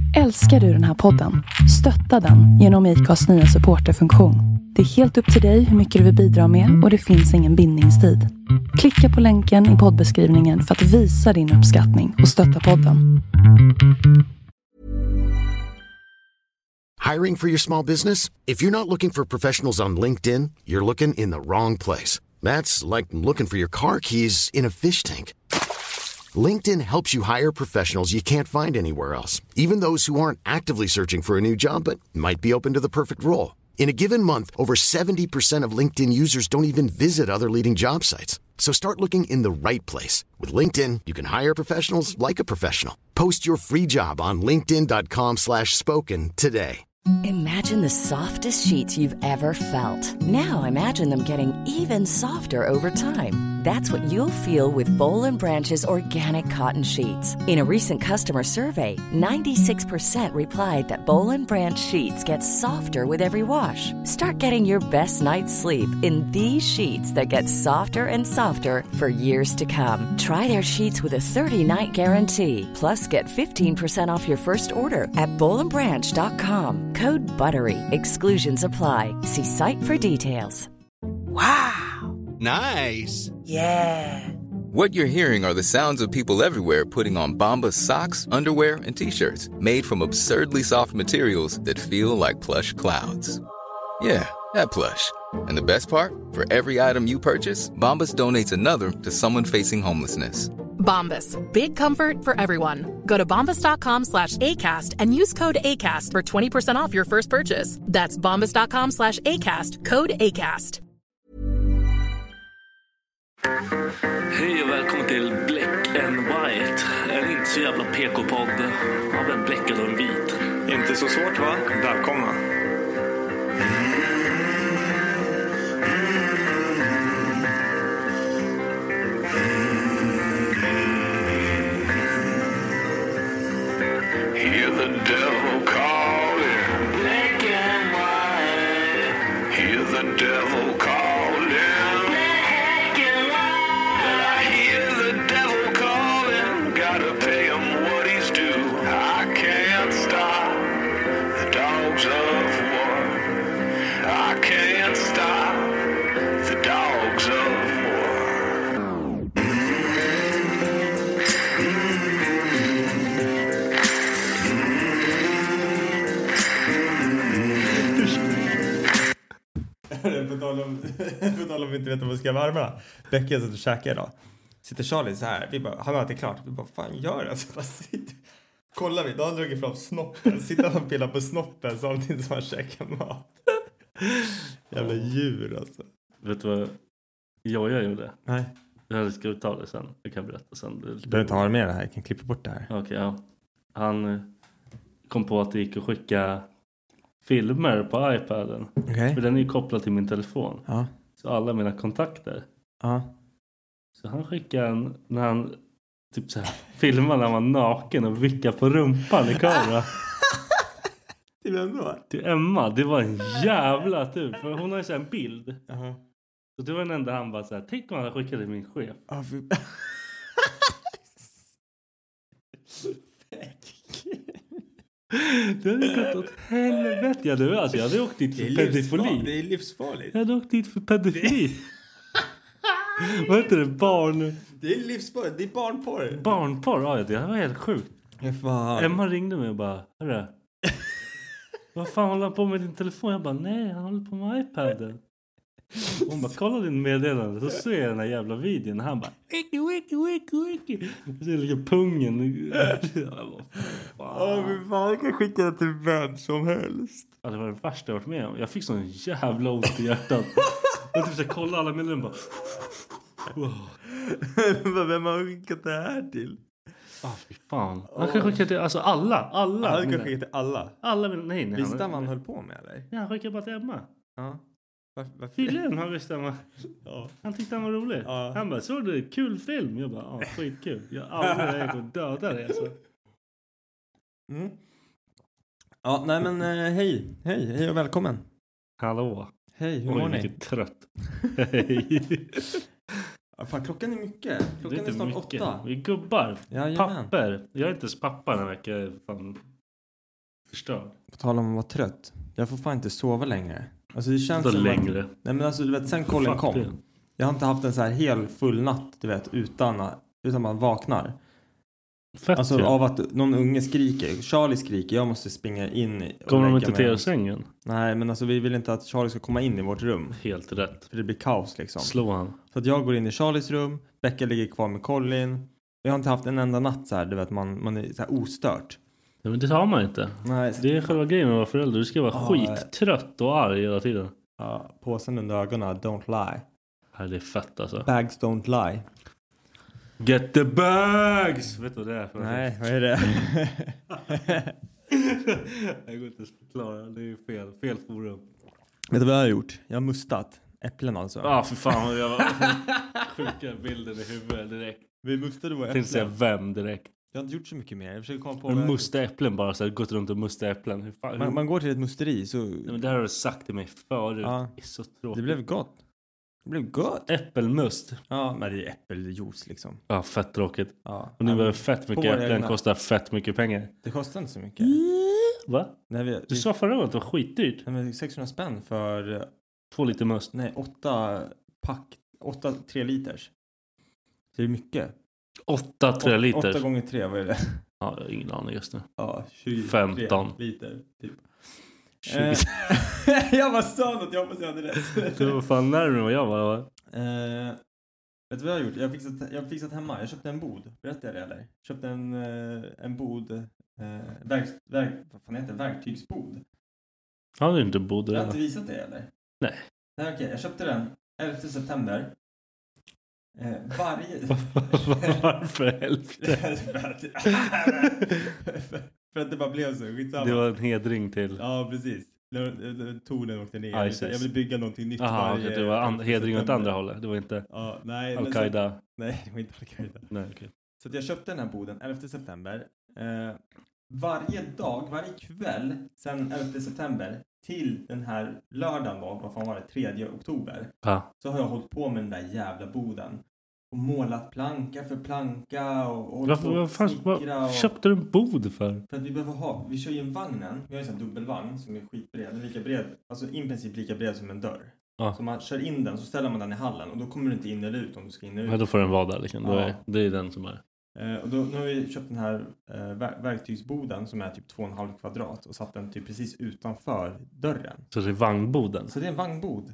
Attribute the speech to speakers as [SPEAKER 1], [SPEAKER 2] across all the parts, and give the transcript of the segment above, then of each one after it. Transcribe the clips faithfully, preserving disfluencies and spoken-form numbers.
[SPEAKER 1] Älskar du den här podden? Stötta den genom I C A:s nya supporterfunktion. Det är helt upp till dig hur mycket du vill bidra med och det finns ingen bindningstid. Klicka på länken i poddbeskrivningen för att visa din uppskattning och stötta podden.
[SPEAKER 2] Hiring for your small business? If you're not looking for professionals on LinkedIn, you're looking in the wrong place. That's like looking for your car keys in a fish tank. LinkedIn helps you hire professionals you can't find anywhere else, even those who aren't actively searching for a new job but might be open to the perfect role. In a given month, over seventy percent of LinkedIn users don't even visit other leading job sites. So start looking in the right place. With LinkedIn, you can hire professionals like a professional. Post your free job on linkedin dot com slash spoken today.
[SPEAKER 3] Imagine the softest sheets you've ever felt. Now imagine them getting even softer over time. That's what you'll feel with Boll and Branch's organic cotton sheets. In a recent customer survey, ninety-six percent replied that Boll and Branch sheets get softer with every wash. Start getting your best night's sleep in these sheets that get softer and softer for years to come. Try their sheets with a thirty-night guarantee. Plus, get fifteen percent off your first order at boll and branch dot com. Code BUTTERY. Exclusions apply. See site for details.
[SPEAKER 4] Wow.
[SPEAKER 5] Nice.
[SPEAKER 4] Yeah.
[SPEAKER 6] What you're hearing are the sounds of people everywhere putting on Bombas socks, underwear, and T-shirts made from absurdly soft materials that feel like plush clouds. Yeah, that plush. And the best part? For every item you purchase, Bombas donates another to someone facing homelessness.
[SPEAKER 7] Bombas. Big comfort for everyone. Go to bombas dot com slash ACAST and use code ACAST for twenty percent off your first purchase. That's bombas dot com slash ACAST. Code ACAST.
[SPEAKER 8] Hej och välkommen till Black and White. En inte så jävla P K-podd av en bläckad och en vit.
[SPEAKER 9] Inte så svårt, va? Välkomna.
[SPEAKER 10] Hear the devil calling, black and white. Hear the devil calling, black and white. But I hear the devil calling, gotta pay him what he's due. I can't stop the dogs of war. I can't stop the dogs of war.
[SPEAKER 9] På tal om, på tal om vi inte vet om vi ska varma. Becky har suttit och käkat idag. Sitter Charlie så här. Vi bara, han har inte klart. Vi bara, fan gör det? Alltså, bara sitter. Kollar vi, då har han dragit fram snoppen. Sitter han och pillar på snoppen samtidigt som han käkar mat. Jävla djur alltså.
[SPEAKER 8] Vet du vad jag gjorde?
[SPEAKER 9] Nej.
[SPEAKER 8] Jag ska ta det sen. Jag kan berätta sen.
[SPEAKER 9] Du behöver inte ha det med det här. Jag kan klippa bort det här.
[SPEAKER 8] Okej, okay, ja. Han kom på att det gick att skicka filmer på iPaden.
[SPEAKER 9] Okay.
[SPEAKER 8] För den är ju kopplad till min telefon.
[SPEAKER 9] Ja.
[SPEAKER 8] Så alla mina kontakter.
[SPEAKER 9] Ja.
[SPEAKER 8] Så han skickade en, när han typ så här filmade när han var naken och vickade på rumpan i kameran.
[SPEAKER 9] Till vem då?
[SPEAKER 8] Till Emma. Det var en jävla tur. För hon har ju så här en bild.
[SPEAKER 9] Uh-huh.
[SPEAKER 8] Så det var den enda han bara så här. Tänk om han skickade till min chef.
[SPEAKER 9] Ja, för...
[SPEAKER 8] Det hade gått åt helvete. Ja, du, alltså, jag hade åkt dit för pedofili.
[SPEAKER 9] Det är livsfarligt.
[SPEAKER 8] Jag hade åkt dit för pedofili. Vad heter det? Barn...
[SPEAKER 9] Det är livsfarligt. Det är barnporr.
[SPEAKER 8] Barnporr? Ja, det var helt sjukt.
[SPEAKER 9] Ja, fan.
[SPEAKER 8] Emma ringde mig och bara, hörru. Vad fan håller han på med din telefon? Jag bara, nej, han håller på med iPaden. Hon bara, kolla din meddelande. Så ser jag den här jävla videon. Han bara, wiki, wiki, wiki, wiki. Så är det pungen.
[SPEAKER 9] Ja, men fan, jag kan skicka det till vem som helst.
[SPEAKER 8] Ja, det var det värsta jag varit med om. Jag fick sån jävla ont i hjärtat. Jag typ så kolla alla meddelanden bara.
[SPEAKER 9] Wow. Vem har skickat det här till?
[SPEAKER 8] Ah, fy fan. Han kan skicka till alltså alla. Alla.
[SPEAKER 9] Han kan skicka till alla.
[SPEAKER 8] Alla, men nej. nej
[SPEAKER 9] visste han vad han höll på med, eller?
[SPEAKER 8] Ja, han skickade bara till Emma.
[SPEAKER 9] Ja. Varför, varför?
[SPEAKER 8] Tydligen han visste Emma. Ja. Han tyckte han var rolig.
[SPEAKER 9] Ja.
[SPEAKER 8] Han bara, såg du kul film? Jag bara, ja, skitkul. Jag har aldrig är på döda det alltså.
[SPEAKER 9] Mm. Ja, nej men eh, hej. Hej, hej och välkommen.
[SPEAKER 8] Hallå.
[SPEAKER 9] Hej, hur
[SPEAKER 8] Oj,
[SPEAKER 9] mår ni?
[SPEAKER 8] Mycket trött. Hej.
[SPEAKER 9] Ja, fan, klockan är mycket. Klockan är, är snart
[SPEAKER 8] mycket.
[SPEAKER 9] åtta.
[SPEAKER 8] Vi är gubbar.
[SPEAKER 9] Ja,
[SPEAKER 8] papper. Jag är inte ens pappa den här veckan. Fan. Förstörd.
[SPEAKER 9] På tal om att vara trött. Jag får fan inte sova längre. Alltså det känns
[SPEAKER 8] Då
[SPEAKER 9] som
[SPEAKER 8] längre.
[SPEAKER 9] Att, nej men alltså du vet, sen Colin
[SPEAKER 8] Fuck
[SPEAKER 9] kom.
[SPEAKER 8] det.
[SPEAKER 9] Jag har inte haft en så här hel full natt, du vet, utan, utan man vaknar.
[SPEAKER 8] Fett
[SPEAKER 9] Alltså
[SPEAKER 8] ju.
[SPEAKER 9] av att någon unge skriker. Charlie skriker, jag måste springa in i- och
[SPEAKER 8] Kommer de
[SPEAKER 9] lägga
[SPEAKER 8] inte
[SPEAKER 9] mig.
[SPEAKER 8] till er sängen?
[SPEAKER 9] Nej, men alltså vi vill inte att Charlie ska komma in i vårt rum.
[SPEAKER 8] Helt rätt.
[SPEAKER 9] För det blir kaos liksom.
[SPEAKER 8] Slå han.
[SPEAKER 9] Så att jag går in i Charlies rum. Becka ligger kvar med Colin. Jag har inte haft en enda natt så här, du vet, man, man är så här ostört.
[SPEAKER 8] Ja, men det har man inte.
[SPEAKER 9] Nej, så-
[SPEAKER 8] Det är själva grejen med att vara förälder. Du ska vara
[SPEAKER 9] Ja,
[SPEAKER 8] skittrött och arg hela tiden.
[SPEAKER 9] Ja, påsen under ögonen, don't lie.
[SPEAKER 8] Nej, det är fett alltså.
[SPEAKER 9] Bags don't lie.
[SPEAKER 8] Get the bags! Vet du vad det är för
[SPEAKER 9] Nej, vad är det?
[SPEAKER 8] Jag går inte att förklara. Det är fel. Fel forum.
[SPEAKER 9] Vet du vad jag har gjort? Jag har mustat äpplen alltså.
[SPEAKER 8] Ja, ah, för fan. Jag var sjuka bilden i huvudet direkt.
[SPEAKER 9] Vi mustade våra
[SPEAKER 8] Jag tänkte säga
[SPEAKER 9] äpplen.
[SPEAKER 8] vem direkt.
[SPEAKER 9] Jag har inte gjort så mycket mer. Jag försöker komma på...
[SPEAKER 8] Men
[SPEAKER 9] vad-
[SPEAKER 8] musta äpplen bara så här, gått runt och musta äpplen. Hur fan,
[SPEAKER 9] man,
[SPEAKER 8] hur...
[SPEAKER 9] man går till ett musteri så...
[SPEAKER 8] Nej, men det här har du sagt till mig förut.
[SPEAKER 9] Ja.
[SPEAKER 8] Det är så tråkigt.
[SPEAKER 9] Det blev gott. Det blev gott.
[SPEAKER 8] Äppelmust.
[SPEAKER 9] Ja, men det är äppeljuice liksom.
[SPEAKER 8] Ja, fett tråkigt.
[SPEAKER 9] Ja.
[SPEAKER 8] Och nu
[SPEAKER 9] Ja,
[SPEAKER 8] var det
[SPEAKER 9] men
[SPEAKER 8] fett
[SPEAKER 9] på
[SPEAKER 8] mycket
[SPEAKER 9] våra
[SPEAKER 8] äpplen.
[SPEAKER 9] egna.
[SPEAKER 8] Kostar fett mycket pengar.
[SPEAKER 9] Det kostar inte så mycket.
[SPEAKER 8] Va?
[SPEAKER 9] Nej, vi,
[SPEAKER 8] Du
[SPEAKER 9] vi,
[SPEAKER 8] sa förra gången att det var skitdyrt.
[SPEAKER 9] nej, men sexhundra spänn för...
[SPEAKER 8] Två liter must.
[SPEAKER 9] Nej, åtta pack. Åtta tre liters. Så det är mycket.
[SPEAKER 8] Åtta tre
[SPEAKER 9] Åt-
[SPEAKER 8] liter.
[SPEAKER 9] Åtta gånger tre, vad är det?
[SPEAKER 8] Ja, jag har ingen aning just nu.
[SPEAKER 9] Ja, tjugotre
[SPEAKER 8] femton
[SPEAKER 9] liter typ.
[SPEAKER 8] tjugo.
[SPEAKER 9] Eh, jag bara sa något, jag hoppas jag hade rätt.
[SPEAKER 8] Du var fan närmare än vad jag var, va?
[SPEAKER 9] Eh, vet du vad jag har gjort? Jag har fixat, jag har fixat hemma. Jag köpte en bod. Berättade jag det eller? Jag köpte en, eh, en bod. Eh, verk, verk, vad fan heter det? Verktygsbod.
[SPEAKER 8] Ja, det är inte bodde.
[SPEAKER 9] Jag har inte visat det eller?
[SPEAKER 8] Nej.
[SPEAKER 9] Nej okej, jag köpte den elfte september. Eh, varje...
[SPEAKER 8] Varför hälften?
[SPEAKER 9] för, att, för att det bara blev så. Skitsamma.
[SPEAKER 8] Det var en hedring till.
[SPEAKER 9] Ja, precis. Tornen åkte ner.
[SPEAKER 8] Isis.
[SPEAKER 9] Jag vill bygga någonting nytt.
[SPEAKER 8] Jaha,
[SPEAKER 9] varje-
[SPEAKER 8] okej, det var an- hedring åt andra hållet. Det var inte
[SPEAKER 9] Ja, nej. men så-
[SPEAKER 8] Al-Qaida.
[SPEAKER 9] Nej, det var inte Al-Qaida.
[SPEAKER 8] Nej, okej.
[SPEAKER 9] Så att jag köpte den här boden elfte september. Eh, varje dag, varje kväll sen elfte september till den här lördagen då, vad fan var det, tredje oktober.
[SPEAKER 8] Ja.
[SPEAKER 9] Så har jag hållit på med den där jävla boden. Och målat planka för planka och, och
[SPEAKER 8] Varför, vad fan,
[SPEAKER 9] snickra
[SPEAKER 8] vad
[SPEAKER 9] och...
[SPEAKER 8] köpte du en bod för?
[SPEAKER 9] För att vi behöver ha, vi kör ju en vagnen, vi har ju en sån här dubbelvagn som är skitbred, den är lika bred, alltså i princip lika bred som en dörr.
[SPEAKER 8] Ja.
[SPEAKER 9] Så man kör in den, så ställer man den i hallen och då kommer du inte in eller ut om du ska in eller ut.
[SPEAKER 8] Ja, då får den vara där liksom. Då
[SPEAKER 9] Ja.
[SPEAKER 8] är, det är den som är.
[SPEAKER 9] Eh, och då, nu har vi köpt den här eh, ver- verktygsboden som är typ två och en halv kvadrat och satt den typ precis utanför dörren.
[SPEAKER 8] Så det är vagnboden.
[SPEAKER 9] Så det är en vagnbod.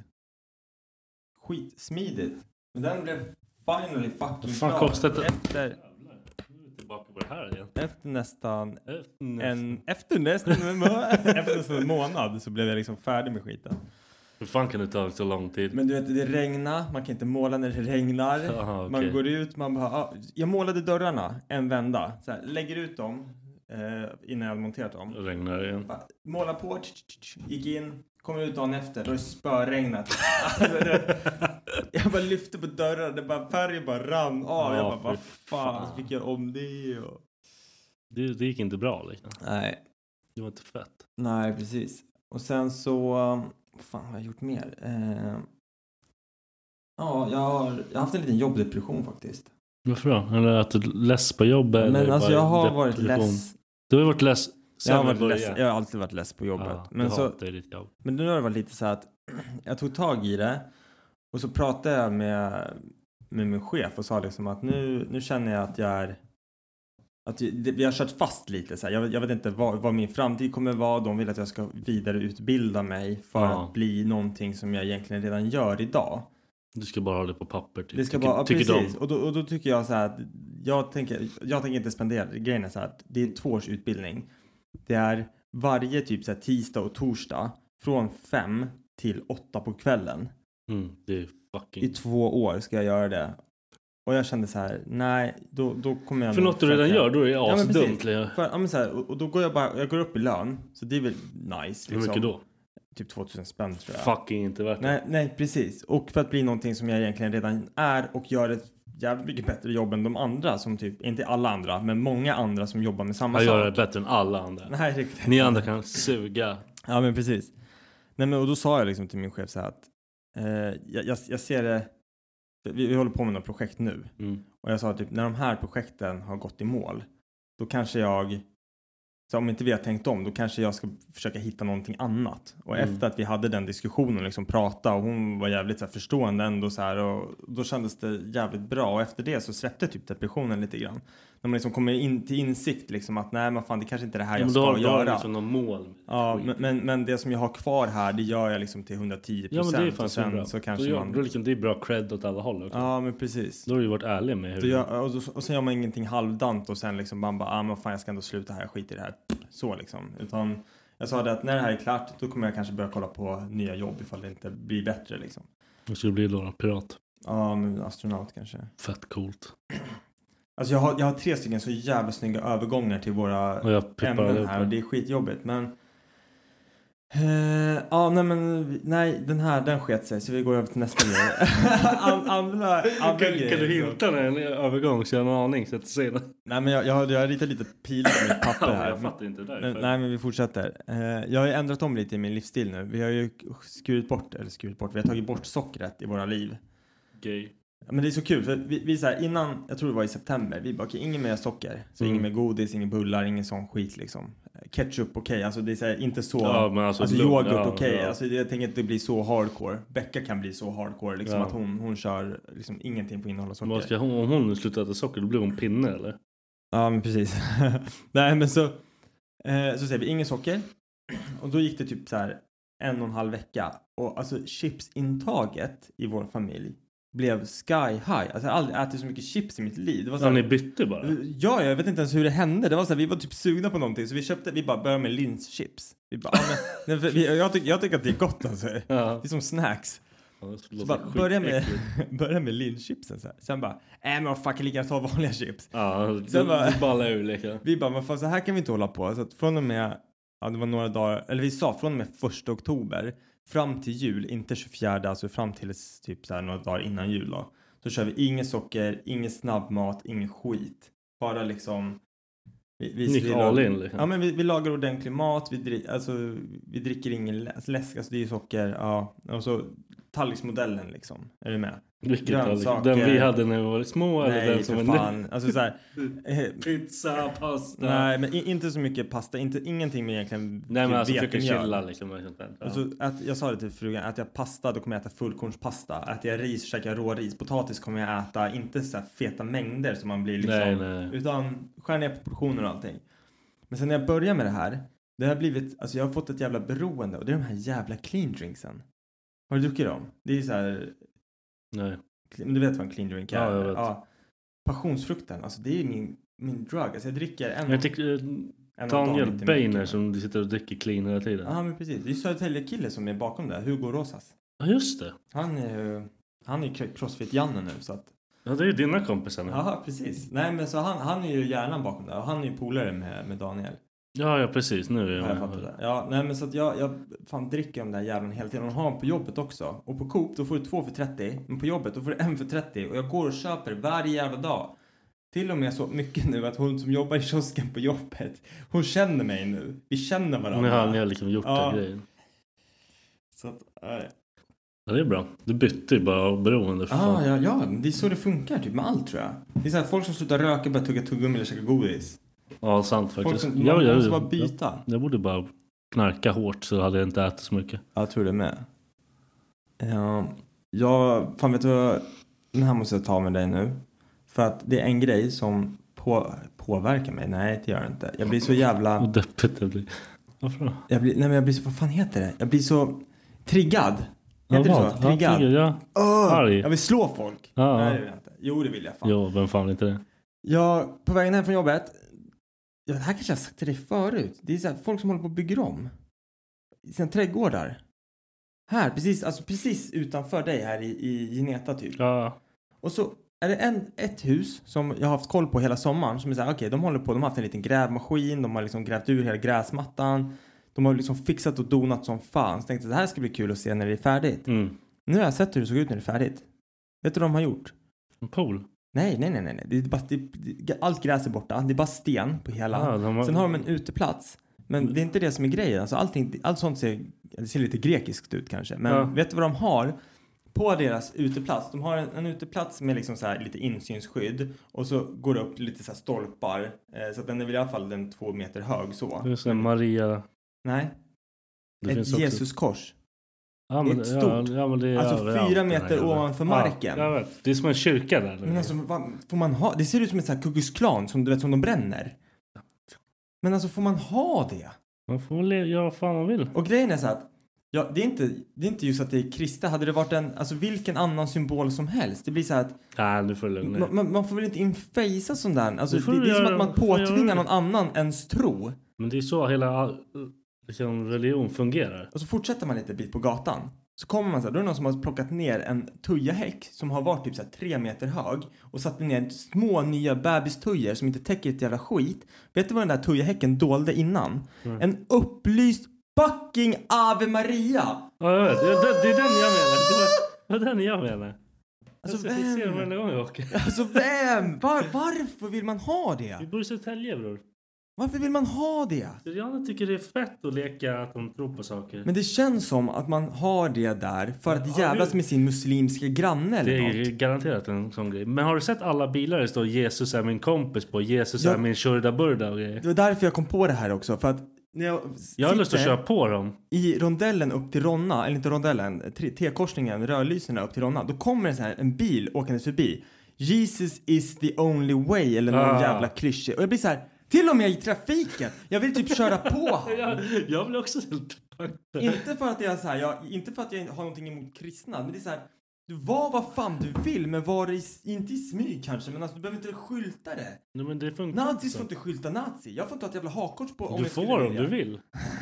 [SPEAKER 9] Skitsmidigt. Men den blev finally fucking
[SPEAKER 8] Vad fan
[SPEAKER 9] klar.
[SPEAKER 8] kostar det?
[SPEAKER 9] Efter,
[SPEAKER 8] Nu är vi tillbaka på det här igen.
[SPEAKER 9] efter nästan
[SPEAKER 8] Efter
[SPEAKER 9] en, efter nästan en, må- efter nästan en månad så blev jag liksom färdig med skiten.
[SPEAKER 8] Hur fan kan det ta så lång tid?
[SPEAKER 9] Men du vet, det regnar, man kan inte måla när det regnar.
[SPEAKER 8] Aha, okej.
[SPEAKER 9] Man går ut, man bara, ah, jag målade dörrarna en vända. Så här, lägger ut dem eh, innan jag hade monterat dem.
[SPEAKER 8] Då regnar det igen.
[SPEAKER 9] Bara, måla på, tch, tch, tch, gick in, kommer ut dagen efter, då är det spöregnat. Alltså, det, jag bara lyfte på dörren, det bara, färgen bara rann av.
[SPEAKER 8] Ja,
[SPEAKER 9] jag bara, vad
[SPEAKER 8] fy
[SPEAKER 9] fan,
[SPEAKER 8] fan.
[SPEAKER 9] så fick jag om det och...
[SPEAKER 8] Det, det gick inte bra liksom.
[SPEAKER 9] Nej.
[SPEAKER 8] Det var inte fett.
[SPEAKER 9] Nej, precis. Och sen så, vad fan har jag gjort mer? Eh, ja, jag har, jag har haft en liten jobbdepression faktiskt.
[SPEAKER 8] Varför då? Eller att du är less på jobbet?
[SPEAKER 9] Men
[SPEAKER 8] eller
[SPEAKER 9] alltså
[SPEAKER 8] bara
[SPEAKER 9] jag har varit
[SPEAKER 8] depression?
[SPEAKER 9] less.
[SPEAKER 8] Du har varit less sen
[SPEAKER 9] Jag har,
[SPEAKER 8] vi
[SPEAKER 9] varit less.
[SPEAKER 8] började?
[SPEAKER 9] jag har alltid varit less på jobbet.
[SPEAKER 8] Ja,
[SPEAKER 9] men,
[SPEAKER 8] du
[SPEAKER 9] så,
[SPEAKER 8] hatar ditt jobb.
[SPEAKER 9] men nu har det varit lite så att jag tog tag i det. Och så pratade jag med, med min chef och sa liksom att nu, nu känner jag att jag är... Att vi, det, vi har kört fast lite så här. Jag, jag vet inte vad, vad min framtid kommer vara. De vill att jag ska vidareutbilda mig för
[SPEAKER 8] Ja.
[SPEAKER 9] att bli någonting som jag egentligen redan gör idag.
[SPEAKER 8] Du ska bara ha det på papper. Typ.
[SPEAKER 9] Det ska
[SPEAKER 8] tycker,
[SPEAKER 9] bara, ja,
[SPEAKER 8] tycker
[SPEAKER 9] precis.
[SPEAKER 8] de.
[SPEAKER 9] Och, då, och då tycker jag så här att jag tänker, jag tänker inte spendera. Grejen är så här att det är en tvåårsutbildning. Det är varje typ så här tisdag och torsdag från fem till åtta på kvällen.
[SPEAKER 8] Mm, det är fucking...
[SPEAKER 9] I två år ska jag göra det. Och jag kände så här, nej, då, då kommer jag
[SPEAKER 8] För
[SPEAKER 9] nog
[SPEAKER 8] något du redan
[SPEAKER 9] försöka-
[SPEAKER 8] gör, då är det
[SPEAKER 9] Ja, men
[SPEAKER 8] asdumt.
[SPEAKER 9] precis.
[SPEAKER 8] Ja,
[SPEAKER 9] För, ja, men så här, och, och då går jag bara, jag går upp i lön. Så det är väl nice.
[SPEAKER 8] Hur
[SPEAKER 9] Liksom.
[SPEAKER 8] mycket då?
[SPEAKER 9] Typ tvåtusen spänn tror jag.
[SPEAKER 8] Fucking inte värt det.
[SPEAKER 9] Nej, nej, precis. Och för att bli någonting som jag egentligen redan är och gör ett jävligt mycket bättre jobb än de andra som typ, inte alla andra, men många andra som jobbar med samma
[SPEAKER 8] Jag
[SPEAKER 9] sak.
[SPEAKER 8] gör det bättre än alla andra.
[SPEAKER 9] Nej, riktigt.
[SPEAKER 8] Ni andra kan suga.
[SPEAKER 9] Ja, men precis. Nej, men och då sa jag liksom till min chef så här att eh, jag, jag, jag ser det, vi, vi håller på med några projekt nu.
[SPEAKER 8] Mm.
[SPEAKER 9] Och jag sa typ, när de här projekten har gått i mål, då kanske jag, Så om inte vi har tänkt om, då kanske jag ska försöka hitta någonting annat. Och mm. efter att vi hade den diskussionen, liksom prata, och hon var jävligt så här, förstående ändå så här, och då kändes det jävligt bra. Och efter det så släppte typ depressionen lite grann. När man liksom kommer in till insikt liksom att nej, men fan, det kanske inte är det här jag ska
[SPEAKER 8] då,
[SPEAKER 9] göra.
[SPEAKER 8] Då har liksom någon mål.
[SPEAKER 9] Ja, men, men, men det som jag har kvar här, det gör jag liksom till hundratio procent.
[SPEAKER 8] Ja, men det är fan
[SPEAKER 9] och sen,
[SPEAKER 8] så bra.
[SPEAKER 9] så kanske
[SPEAKER 8] då,
[SPEAKER 9] man...
[SPEAKER 8] då liksom, det är bra cred åt alla håll också.
[SPEAKER 9] Ja, men precis.
[SPEAKER 8] Då har du varit ärlig med hur
[SPEAKER 9] då gör, och, och, och sen gör man ingenting halvdant och sen liksom man bara, ah, men fan, jag ska ändå sluta här, skit i det här. Så liksom. Utan jag sa det att när det här är klart, då kommer jag kanske börja kolla på nya jobb ifall det inte blir bättre liksom.
[SPEAKER 8] Och så blir det då pirat.
[SPEAKER 9] Ja, men astronaut kanske.
[SPEAKER 8] Fett coolt.
[SPEAKER 9] Alltså jag har, jag har tre stycken så jävla snygga övergångar till våra ämnen här och det är skitjobbigt, men Uh, ja, nej men nej, den här, den sket sig, så vi går över till nästa grej. And, andra, andra
[SPEAKER 8] kan,
[SPEAKER 9] grejer,
[SPEAKER 8] kan du hinta när en övergång så jag har en aning så att se det.
[SPEAKER 9] Nej, men jag, jag, har, jag har ritat lite pilar på mitt papper här.
[SPEAKER 8] Jag fattar inte det där.
[SPEAKER 9] Men, nej, men vi fortsätter. Uh, jag har ju ändrat om lite i min livsstil nu. Vi har ju skurit bort, eller skurit bort, vi har tagit bort sockret i våra liv.
[SPEAKER 8] Gay.
[SPEAKER 9] Men det är så kul, för vi, vi så här, innan, jag tror det var i september, vi bara, okej, okay, ingen mer socker. Så mm. ingen mer godis, ingen bullar, ingen sån skit liksom. Ketchup, okej, okay. Alltså det är så här, inte så,
[SPEAKER 8] ja, men alltså,
[SPEAKER 9] alltså
[SPEAKER 8] lugn,
[SPEAKER 9] yoghurt,
[SPEAKER 8] ja,
[SPEAKER 9] okej. Okay.
[SPEAKER 8] Ja.
[SPEAKER 9] Alltså jag tänker att det blir så hardcore. Becka kan bli så hardcore, liksom
[SPEAKER 8] ja.
[SPEAKER 9] att hon, hon kör liksom ingenting på innehåll av socker.
[SPEAKER 8] Vad ska hon, om hon slutar äta socker, då blir hon pinne, eller?
[SPEAKER 9] Ja, men precis. Nej, men så, eh, så säger vi, ingen socker. Och då gick det typ så här en och en halv vecka. Och alltså chipsintaget i vår familj blev sky high. Alltså jag har aldrig ätit så mycket chips i mitt liv. Det var så här,
[SPEAKER 8] ja, ni bytte bara?
[SPEAKER 9] Ja, jag vet inte ens hur det hände. Det var så här, vi var typ sugna på någonting. Så vi köpte, vi bara började med linschips. Vi bara, men, nej, vi, jag, tycker, jag tycker att det är gott alltså. Ja. Det är som snacks. Ja, så bara, börja med, börja med linschipsen så här. Sen bara, äh men vad fuck, jag lika ta vanliga chips.
[SPEAKER 8] Ja,
[SPEAKER 9] sen bara,
[SPEAKER 8] det ballar ur lika.
[SPEAKER 9] Vi bara, men fan, så här kan vi inte hålla på. Så att från och med, ja det var några dagar, eller vi sa från och med första oktober fram till jul, inte tjugofjärde, alltså fram till typ så här några dagar innan jul då. Så kör vi ingen socker, ingen snabbmat, ingen skit. Bara liksom vi, vi,
[SPEAKER 8] vi, lag, in, liksom.
[SPEAKER 9] Ja, men vi, vi lagar ordentlig mat, vi, drick, alltså, vi dricker ingen läsk, alltså det är ju socker, ja. Och så tallriksmodellen liksom, är du med?
[SPEAKER 8] Grönsaker. Den vi hade när vi var små?
[SPEAKER 9] Nej,
[SPEAKER 8] eller den som
[SPEAKER 9] för fan. Alltså så här,
[SPEAKER 8] pizza, pasta.
[SPEAKER 9] Nej, men inte så mycket pasta. Inte, ingenting med egentligen.
[SPEAKER 8] Nej, men alltså försöka chilla liksom. Ja.
[SPEAKER 9] Alltså, att, jag sa det till frugan. Att jag pasta, då kommer jag äta fullkornspasta. Att jag ris, käkar jag råris. Potatis kommer jag äta. Inte så här feta mängder som man blir liksom.
[SPEAKER 8] Nej, nej.
[SPEAKER 9] Utan skär ner på portioner och allting. Men sen när jag börjar med det här. Det har blivit, alltså jag har fått ett jävla beroende. Och det är de här jävla clean drinksen. Har du druckit dem? Det är så här.
[SPEAKER 8] Nej.
[SPEAKER 9] Men du vet vad en clean drink är?
[SPEAKER 8] Ja, jag vet.
[SPEAKER 9] Ja. Passionsfrukten, alltså det är min, min drug. Alltså jag dricker en...
[SPEAKER 8] Jag tycker en Daniel Beiner som du sitter och dricker clean hela tiden.
[SPEAKER 9] Ja, men precis. Det är Södertälje kille som är bakom det. Hugo Rosas.
[SPEAKER 8] Ja, just det.
[SPEAKER 9] Han är han är crossfit-Janne nu, så att...
[SPEAKER 8] Ja, det är ju dina kompisar nu.
[SPEAKER 9] Ja, precis. Nej, men så han, han är ju hjärnan bakom det. Och han är ju polare med, med Daniel.
[SPEAKER 8] Ja, ja, precis. Nu är
[SPEAKER 9] jag... jag fattar det. Ja, nej, men så att jag, jag fan dricker om den där jävlen hela tiden. Och har på jobbet också. Och på Coop, då får du två för trettio. Men på jobbet, då får du en för trettio. Och jag går och köper varje jävla dag. Till och med så mycket nu att hon som jobbar i kiosken på jobbet, hon känner mig nu. Vi känner varandra.
[SPEAKER 8] Ja, ni har liksom gjort ja. den grejen.
[SPEAKER 9] Så att, nej.
[SPEAKER 8] Ja, det är bra. Du bytte ju bara beroende. För
[SPEAKER 9] ah, ja, ja, det är så det funkar typ med allt, tror jag. Det är så här, folk som slutar röka börjar tugga tuggummi eller käka godis.
[SPEAKER 8] Ja, sant faktiskt.
[SPEAKER 9] Folk som,
[SPEAKER 8] ja,
[SPEAKER 9] man
[SPEAKER 8] jag,
[SPEAKER 9] måste bara byta.
[SPEAKER 8] Jag, jag borde bara knarka hårt så hade jag inte ätit så mycket.
[SPEAKER 9] Jag tror det med. Ja, jag, fan vet du vad, den här måste jag ta med dig nu. För att det är en grej som på, påverkar mig. Nej, det gör det inte. Jag blir så jävla...
[SPEAKER 8] Och deppigt det blir. Varför då?
[SPEAKER 9] Jag blir, nej men jag blir så, vad fan heter det? Jag blir så triggad.
[SPEAKER 8] Ja,
[SPEAKER 9] heter det så? Triggad.
[SPEAKER 8] Ja, triggad, ja.
[SPEAKER 9] Oh, jag vill slå folk.
[SPEAKER 8] Ja,
[SPEAKER 9] nej, det vill jag inte. Jo, det vill jag fan.
[SPEAKER 8] Jo, vem fan inte det?
[SPEAKER 9] Jag, på vägen hem från jobbet. Ja, det här kanske jag har sagt till dig förut. Det är så här, folk som håller på att bygga om i sina trädgårdar. Här, precis, alltså precis utanför dig här i, i Gineta typ.
[SPEAKER 8] Ja.
[SPEAKER 9] Och så är det en, ett hus som jag har haft koll på hela sommaren. Som är så här, okej, okay, de håller på, de har haft en liten grävmaskin. De har liksom grävt ur hela gräsmattan. De har liksom fixat och donat som fan. Så tänkte jag, det här ska bli kul att se när det är färdigt.
[SPEAKER 8] Mm.
[SPEAKER 9] Nu har jag sett hur det såg ut när det är färdigt. Vet du vad de har gjort?
[SPEAKER 8] En pool?
[SPEAKER 9] Nej, nej, nej, nej. Det är bara, det, det, allt gräs är borta. Det är bara sten på hela. Ah, de har... Sen har de en uteplats. Men det är inte det som är grejen. Alltså allting, allt sånt ser, det ser lite grekiskt ut kanske. Men ja. Vet du vad de har? på deras uteplats. De har en, en uteplats med liksom så här lite insynsskydd. Och så går det upp lite så här stolpar. Eh, så att den är väl i alla fall den två meter hög så.
[SPEAKER 8] Det är så Maria.
[SPEAKER 9] Nej.
[SPEAKER 8] Det
[SPEAKER 9] ett Jesuskors.
[SPEAKER 8] Ja, men,
[SPEAKER 9] ett stort.
[SPEAKER 8] Ja, ja, men det är
[SPEAKER 9] alltså
[SPEAKER 8] överallt,
[SPEAKER 9] fyra meter ovanför marken.
[SPEAKER 8] Ja, jag vet. Det är som en kyrka där.
[SPEAKER 9] Men alltså, vad, får man ha? Det ser ut som ett så här Ku Klux Klan som du vet som de bränner. Men alltså får man ha det?
[SPEAKER 8] Man får väl göra vad fan man vill.
[SPEAKER 9] Och grejen är så att ja, det är inte det är inte just att det är kristna. Hade det varit en alltså vilken annan symbol som helst. Det blir så här att
[SPEAKER 8] nej, du får lugna.
[SPEAKER 9] Man, man får väl inte infacea sån där. Alltså det, det är
[SPEAKER 8] göra,
[SPEAKER 9] som att man påtvingar någon annan ens tro.
[SPEAKER 8] Men det är så hela liksom, religion fungerar.
[SPEAKER 9] Och så fortsätter man lite bit på gatan. Så kommer man så här, då är det någon som har plockat ner en tujahäck som har varit typ så här tre meter hög och satt ner små nya bebistujor som inte täcker ett jävla skit. Vet du vad den där tujahäcken dolde innan? Mm. En upplyst fucking Ave Maria!
[SPEAKER 8] Ja, jag vet. Det, det, det är den jag menar. Det var den jag menar.
[SPEAKER 9] Alltså
[SPEAKER 8] jag
[SPEAKER 9] vem?
[SPEAKER 8] ser dem varje gång jag åker.
[SPEAKER 9] Alltså vem? Var, varför vill man ha det?
[SPEAKER 8] Vi bor i Södertälje, bror.
[SPEAKER 9] Varför vill man ha det?
[SPEAKER 8] Jag tycker det är fett att leka att de tror på saker.
[SPEAKER 9] Men det känns som att man har det där för att jävlas med sin muslimska granne eller något.
[SPEAKER 8] Det är garanterat en sån grej. Men har du sett alla bilar det står Jesus är min kompis på, Jesus
[SPEAKER 9] jag,
[SPEAKER 8] är min shurda burda och grejer?
[SPEAKER 9] Det var därför jag kom på det här också. För att när jag,
[SPEAKER 8] jag har lust att köra på dem.
[SPEAKER 9] I rondellen upp till Ronna, eller inte rondellen, T-korsningen, rörlyserna upp till Ronna. Då kommer det så här en bil åkandes förbi. Jesus is the only way, eller någon ah. jävla klysche. Och jag blir så här... Till och med i trafiken. Jag vill typ köra på.
[SPEAKER 8] jag, jag vill också
[SPEAKER 9] inte för att jag så här, jag, inte för att jag har någonting emot kristna, men det är så här, du var vad fan du vill, men var i, inte i smyg kanske, men alltså du behöver inte skylta det.
[SPEAKER 8] Nej, men det funkar.
[SPEAKER 9] Nazis får inte skylta nazi. Jag får inte ha ett jävla hakkors på om
[SPEAKER 8] du
[SPEAKER 9] jag
[SPEAKER 8] får om du vill.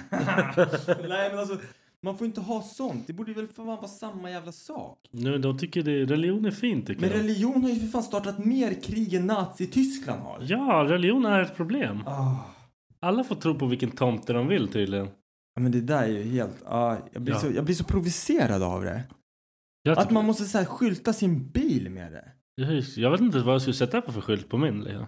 [SPEAKER 9] Nej, men alltså man får inte ha sånt. Det borde väl för fan vara samma jävla sak.
[SPEAKER 8] Nej, de tycker det, religion är fint tycker
[SPEAKER 9] Men
[SPEAKER 8] jag.
[SPEAKER 9] religion har ju för fan startat mer krig än Nazi-Tyskland har.
[SPEAKER 8] Ja, religion är ett problem.
[SPEAKER 9] Oh.
[SPEAKER 8] Alla får tro på vilken tomte de vill tydligen.
[SPEAKER 9] Ja, men det där är ju helt... Ah, jag, blir
[SPEAKER 8] ja.
[SPEAKER 9] så, jag blir så provocerad av det.
[SPEAKER 8] Jag
[SPEAKER 9] att man måste så här, skylta sin bil med det.
[SPEAKER 8] Jag, jag vet inte vad jag skulle sätta på för skylt på min. Liksom.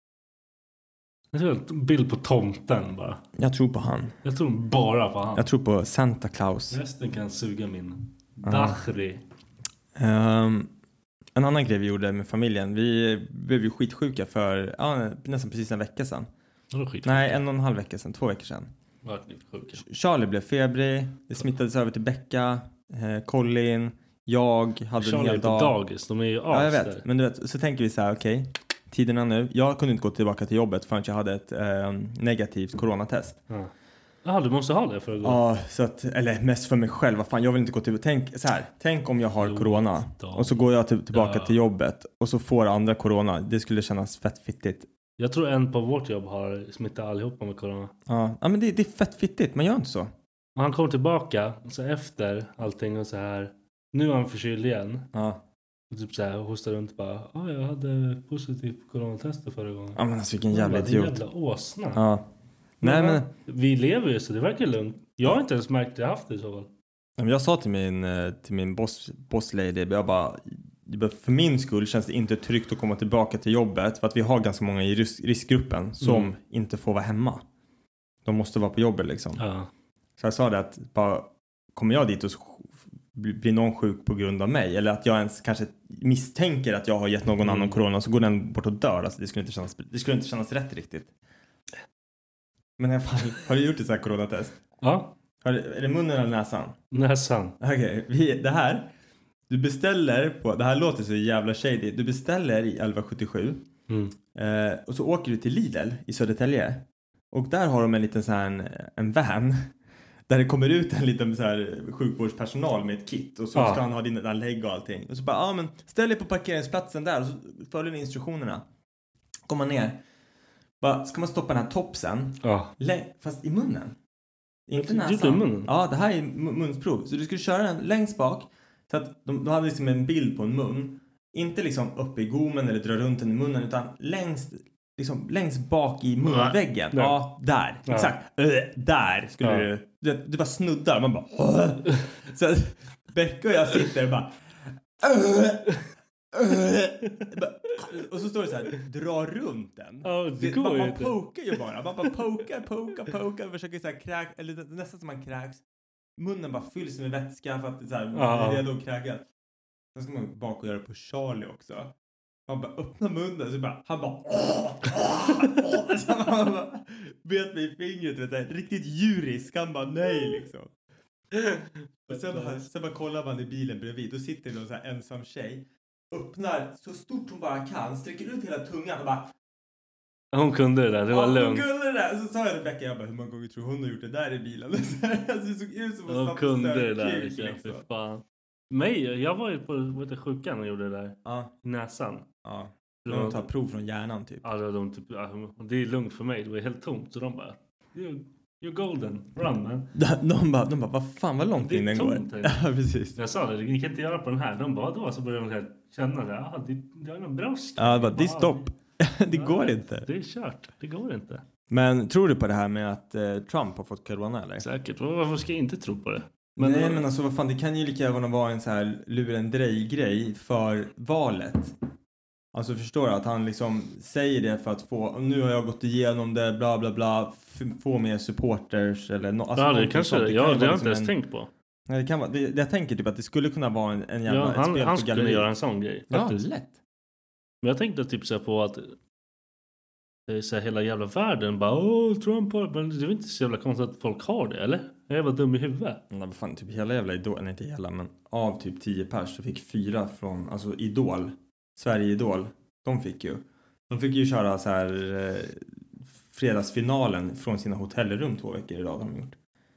[SPEAKER 8] Jag tror en bild på tomten bara.
[SPEAKER 9] Jag tror på han.
[SPEAKER 8] Jag tror bara på han.
[SPEAKER 9] Jag tror på Santa Claus.
[SPEAKER 8] Resten kan suga min. Dachri.
[SPEAKER 9] Um, en annan grej vi gjorde med familjen. Vi blev ju skitsjuka för ja, nästan precis en vecka sedan. Nej, en och en halv vecka sedan. Två veckor sedan.
[SPEAKER 8] Vart ni sjuka?
[SPEAKER 9] Charlie blev febrig. Det smittades över till Becka. Eh, Colin. Jag hade
[SPEAKER 8] Charlie
[SPEAKER 9] en hel dag.
[SPEAKER 8] Charlie är på dagis. De är ju as.
[SPEAKER 9] Ja, jag vet.
[SPEAKER 8] Där.
[SPEAKER 9] Men du vet, så tänker vi så här, okej. Okay, tiderna nu. Jag kunde inte gå tillbaka till jobbet förrän jag hade ett eh, negativt coronatest.
[SPEAKER 8] Ja. Ja, du måste ha det för att gå.
[SPEAKER 9] Ja, så att, eller mest för mig själv. Vad fan, jag vill inte gå till... Tänk så här, tänk om jag har jo, corona. Då. Och så går jag till, tillbaka ja. till jobbet. Och så får andra corona. Det skulle kännas fett fittigt.
[SPEAKER 8] Jag tror en på vårt jobb har smittat allihopa med corona.
[SPEAKER 9] Ja, ja men det, det är fett fittigt. Man gör inte så.
[SPEAKER 8] Och han kommer tillbaka. Så efter allting och så här. Nu är han förkyld igen.
[SPEAKER 9] Ja.
[SPEAKER 8] Och typ så här hostar runt bara. Ja, ah, jag hade positivt coronatester förra gången.
[SPEAKER 9] Ja, men alltså vilken jävla
[SPEAKER 8] bara,
[SPEAKER 9] idiot.
[SPEAKER 8] jävla åsna.
[SPEAKER 9] Ja.
[SPEAKER 8] Nej, men, men... Vi lever ju så det verkar lugnt. Jag har inte ens märkt att jag haft det i så fall.
[SPEAKER 9] Jag sa till min, till min boss, boss lady, jag bara, för min skull känns det inte tryggt att komma tillbaka till jobbet. För att vi har ganska många i risk, riskgruppen som mm. inte får vara hemma. De måste vara på jobbet liksom.
[SPEAKER 8] Ja.
[SPEAKER 9] Så jag sa det att bara, kommer jag dit och blir någon sjuk på grund av mig. Eller att jag ens kanske misstänker att jag har gett någon mm. annan corona. Så går den bort och dör. Alltså, det, skulle inte kännas, det skulle inte kännas rätt riktigt. Men i alla fall, har du gjort ett så här coronatest?
[SPEAKER 8] Ja.
[SPEAKER 9] Har, är det munnen eller näsan?
[SPEAKER 8] Näsan.
[SPEAKER 9] Okej, okay, det här. Du beställer på, det här låter så jävla shady. Du beställer i elva sjuttiosju. Mm. Eh, och så åker du till Lidl i Södertälje. Och där har de en liten så här, en van. Där det kommer ut en liten så här sjukvårdspersonal med ett kit. Och så ja. ska han ha dina lägg och allting. Och så bara, ja men ställ dig på parkeringsplatsen där. Och så följer ni instruktionerna. Kommer ner. Bara, ska man stoppa den här topsen?
[SPEAKER 8] Ja.
[SPEAKER 9] Lä- fast i munnen. Inte näsan.
[SPEAKER 8] Munnen.
[SPEAKER 9] Ja, det här är munsprov. Så du skulle köra den längst bak. Så att de, de hade liksom en bild på en mun. Inte liksom uppe i gommen eller dra runt den i munnen. Utan längst, liksom, längst bak i munväggen. Ja, ja där. Ja. Exakt. Äh, där skulle ja. du... Du, du bara snuddar. Man bara... Äh. Så att Becka och jag sitter och bara... Äh. Och så står det så här, dra runt den.
[SPEAKER 8] Oh, det går
[SPEAKER 9] man,
[SPEAKER 8] ju
[SPEAKER 9] man
[SPEAKER 8] inte.
[SPEAKER 9] pokar ju bara. Man bara pokar, pokar, pokar. Försöker så här kräk, eller nästan som man kräks. Munnen bara fylls med vätska för att det är så här, man är redo att kräka. Sen ska man baka och göra det på Charlie också. Man bara öppnar munnen så bara, han bara åh, åh, åh. Så han bara bet mig i fingret, vet du, riktigt djurisk. Han bara nej liksom. Och sen bara, sen bara kollar man i bilen bredvid. Då sitter det någon så här ensam tjej. Öppnar så stort hon bara kan. Sträcker ut hela tungan och bara...
[SPEAKER 8] Hon kunde det där, det var
[SPEAKER 9] ja,
[SPEAKER 8] lugnt.
[SPEAKER 9] Hon kunde det där. Så sa jag till Becka, jag bara, hur många gånger tror hon har gjort det där i bilen? Alltså det såg ut som att
[SPEAKER 8] hon kunde det där,
[SPEAKER 9] kuk,
[SPEAKER 8] liksom. För fan. Mig, jag var ju på vet du, sjukan och gjorde det där.
[SPEAKER 9] Ja.
[SPEAKER 8] I näsan.
[SPEAKER 9] Ja. De tar prov från hjärnan typ.
[SPEAKER 8] Ja, de typ, det är lugnt för mig. Det var helt tomt. Så de bara, you're, you're golden. Run, man.
[SPEAKER 9] De, de bara, de bara, vad fan vad långt in den går.
[SPEAKER 8] Ja,
[SPEAKER 9] precis.
[SPEAKER 8] Jag sa det, ni kan inte göra på den här. De bara, då så började de känna det. Ja, det, det är någon brosk.
[SPEAKER 9] Ja, bara, det är stopp. det
[SPEAKER 8] ja,
[SPEAKER 9] går inte.
[SPEAKER 8] Det är kört. Det går inte.
[SPEAKER 9] Men tror du på det här med att eh, Trump har fått corona eller?
[SPEAKER 8] Säkert. Varför ska jag inte tro på det? Men
[SPEAKER 9] Nej,
[SPEAKER 8] då...
[SPEAKER 9] men alltså vad fan, det kan ju lika gärna vara en så här lurendrej-grej för valet. Alltså förstår du att han liksom säger det för att få, nu har jag gått igenom det, bla bla bla, f- få mer supporters eller no, alltså
[SPEAKER 8] ja, det kanske det.
[SPEAKER 9] Det
[SPEAKER 8] ja,
[SPEAKER 9] kan
[SPEAKER 8] det har jag
[SPEAKER 9] liksom
[SPEAKER 8] inte ens
[SPEAKER 9] en,
[SPEAKER 8] tänkt på.
[SPEAKER 9] Nej, det kan vara, det, jag tänker typ att det skulle kunna vara en, en jävla
[SPEAKER 8] ja,
[SPEAKER 9] ett
[SPEAKER 8] han,
[SPEAKER 9] spel
[SPEAKER 8] han
[SPEAKER 9] för
[SPEAKER 8] skulle
[SPEAKER 9] galleri.
[SPEAKER 8] göra en sån grej.
[SPEAKER 9] Ja,
[SPEAKER 8] Faktiskt.
[SPEAKER 9] lätt.
[SPEAKER 8] Men jag tänkte typ så här på att det är så här, hela jävla världen bara, åh, Trump har... Men det är väl inte så jävla konstigt att folk har det, eller? Jag är bara dum i huvudet.
[SPEAKER 9] Ja, vad fan, typ hela jävla Idol, nej inte hela, men av typ tio pers så fick fyra från, alltså Idol, Sverige Idol, de fick ju. De fick ju köra så här eh, fredagsfinalen från sina hotellrum två veckor idag de har gjort.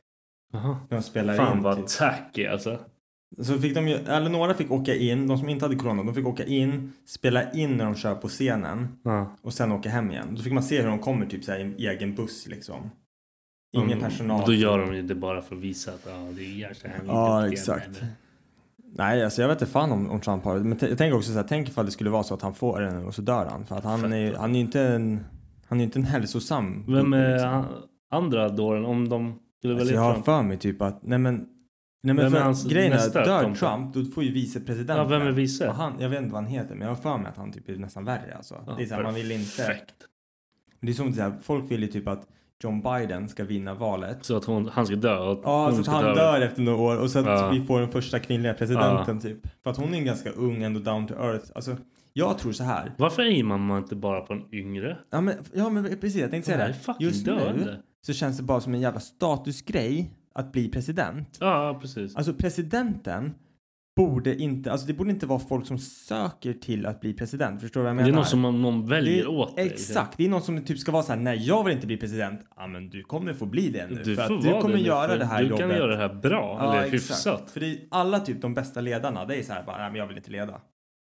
[SPEAKER 8] Jaha.
[SPEAKER 9] De spelar
[SPEAKER 8] Fan
[SPEAKER 9] in
[SPEAKER 8] vad
[SPEAKER 9] typ.
[SPEAKER 8] tacky alltså.
[SPEAKER 9] Så fick de ju, eller några fick åka in, de som inte hade corona, de fick åka in, spela in när de kör på scenen
[SPEAKER 8] Ja.
[SPEAKER 9] och sen åka hem igen. Då fick man se hur de kommer typ så här i en egen buss liksom. Ingen
[SPEAKER 8] Mm,
[SPEAKER 9] personal.
[SPEAKER 8] Då gör de ju det bara för att visa att ja, det gör så här.
[SPEAKER 9] Ja, exakt. Nej, alltså jag vet inte fan om, om Trump har det. Men t- jag tänker också så här, tänk ifall det skulle vara så att han får den och så dör han. För att han är, han är ju inte en, han är inte en hälsosam.
[SPEAKER 8] Vem är
[SPEAKER 9] liksom.
[SPEAKER 8] han, andra dåren om de skulle
[SPEAKER 9] Alltså
[SPEAKER 8] välja
[SPEAKER 9] jag har
[SPEAKER 8] Trump?
[SPEAKER 9] för mig typ att, nej men, nej men
[SPEAKER 8] Vem är
[SPEAKER 9] för
[SPEAKER 8] hans
[SPEAKER 9] grejen är att
[SPEAKER 8] nästa
[SPEAKER 9] dör
[SPEAKER 8] Trump?
[SPEAKER 9] Trump, då får ju vicepresidenten.
[SPEAKER 8] Ja, vem är vice?
[SPEAKER 9] Och han, jag vet inte vad han heter, men jag har för mig att han typ är nästan värre alltså.
[SPEAKER 8] Ja,
[SPEAKER 9] det är så här, man vill inte.
[SPEAKER 8] perfekt.
[SPEAKER 9] Det är som att säga, folk vill ju typ att John Biden ska vinna valet.
[SPEAKER 8] Så att hon, han ska dö. Och
[SPEAKER 9] Ja, så att han
[SPEAKER 8] dö.
[SPEAKER 9] dör efter några år och sen
[SPEAKER 8] Ja.
[SPEAKER 9] att vi får den första kvinnliga presidenten typ. För att hon är en ganska ung ändå down to earth. Alltså, jag tror så här.
[SPEAKER 8] Varför är man inte bara på en yngre?
[SPEAKER 9] Ja men, ja, men precis, jag tänkte säga
[SPEAKER 8] Det här
[SPEAKER 9] det.
[SPEAKER 8] är fucking
[SPEAKER 9] Just nu
[SPEAKER 8] döende.
[SPEAKER 9] så känns det bara som en jävla statusgrej att bli president.
[SPEAKER 8] Ja, precis.
[SPEAKER 9] Alltså presidenten borde inte, alltså det borde inte vara folk som söker till att bli president. Förstår du vad jag menar?
[SPEAKER 8] Det är någon som man, någon väljer
[SPEAKER 9] det,
[SPEAKER 8] åt dig.
[SPEAKER 9] Exakt, det är någon som typ ska vara så här: nej jag vill inte bli president. Ja men du kommer få bli det nu.
[SPEAKER 8] Du
[SPEAKER 9] för
[SPEAKER 8] får
[SPEAKER 9] att du
[SPEAKER 8] vara
[SPEAKER 9] kommer
[SPEAKER 8] det nu,
[SPEAKER 9] göra
[SPEAKER 8] för
[SPEAKER 9] det här
[SPEAKER 8] du
[SPEAKER 9] jobbet.
[SPEAKER 8] kan göra det här bra,
[SPEAKER 9] Ja,
[SPEAKER 8] eller
[SPEAKER 9] exakt.
[SPEAKER 8] hyfsat.
[SPEAKER 9] För det är alla typ de bästa ledarna, det är så här bara, nej men jag vill inte leda.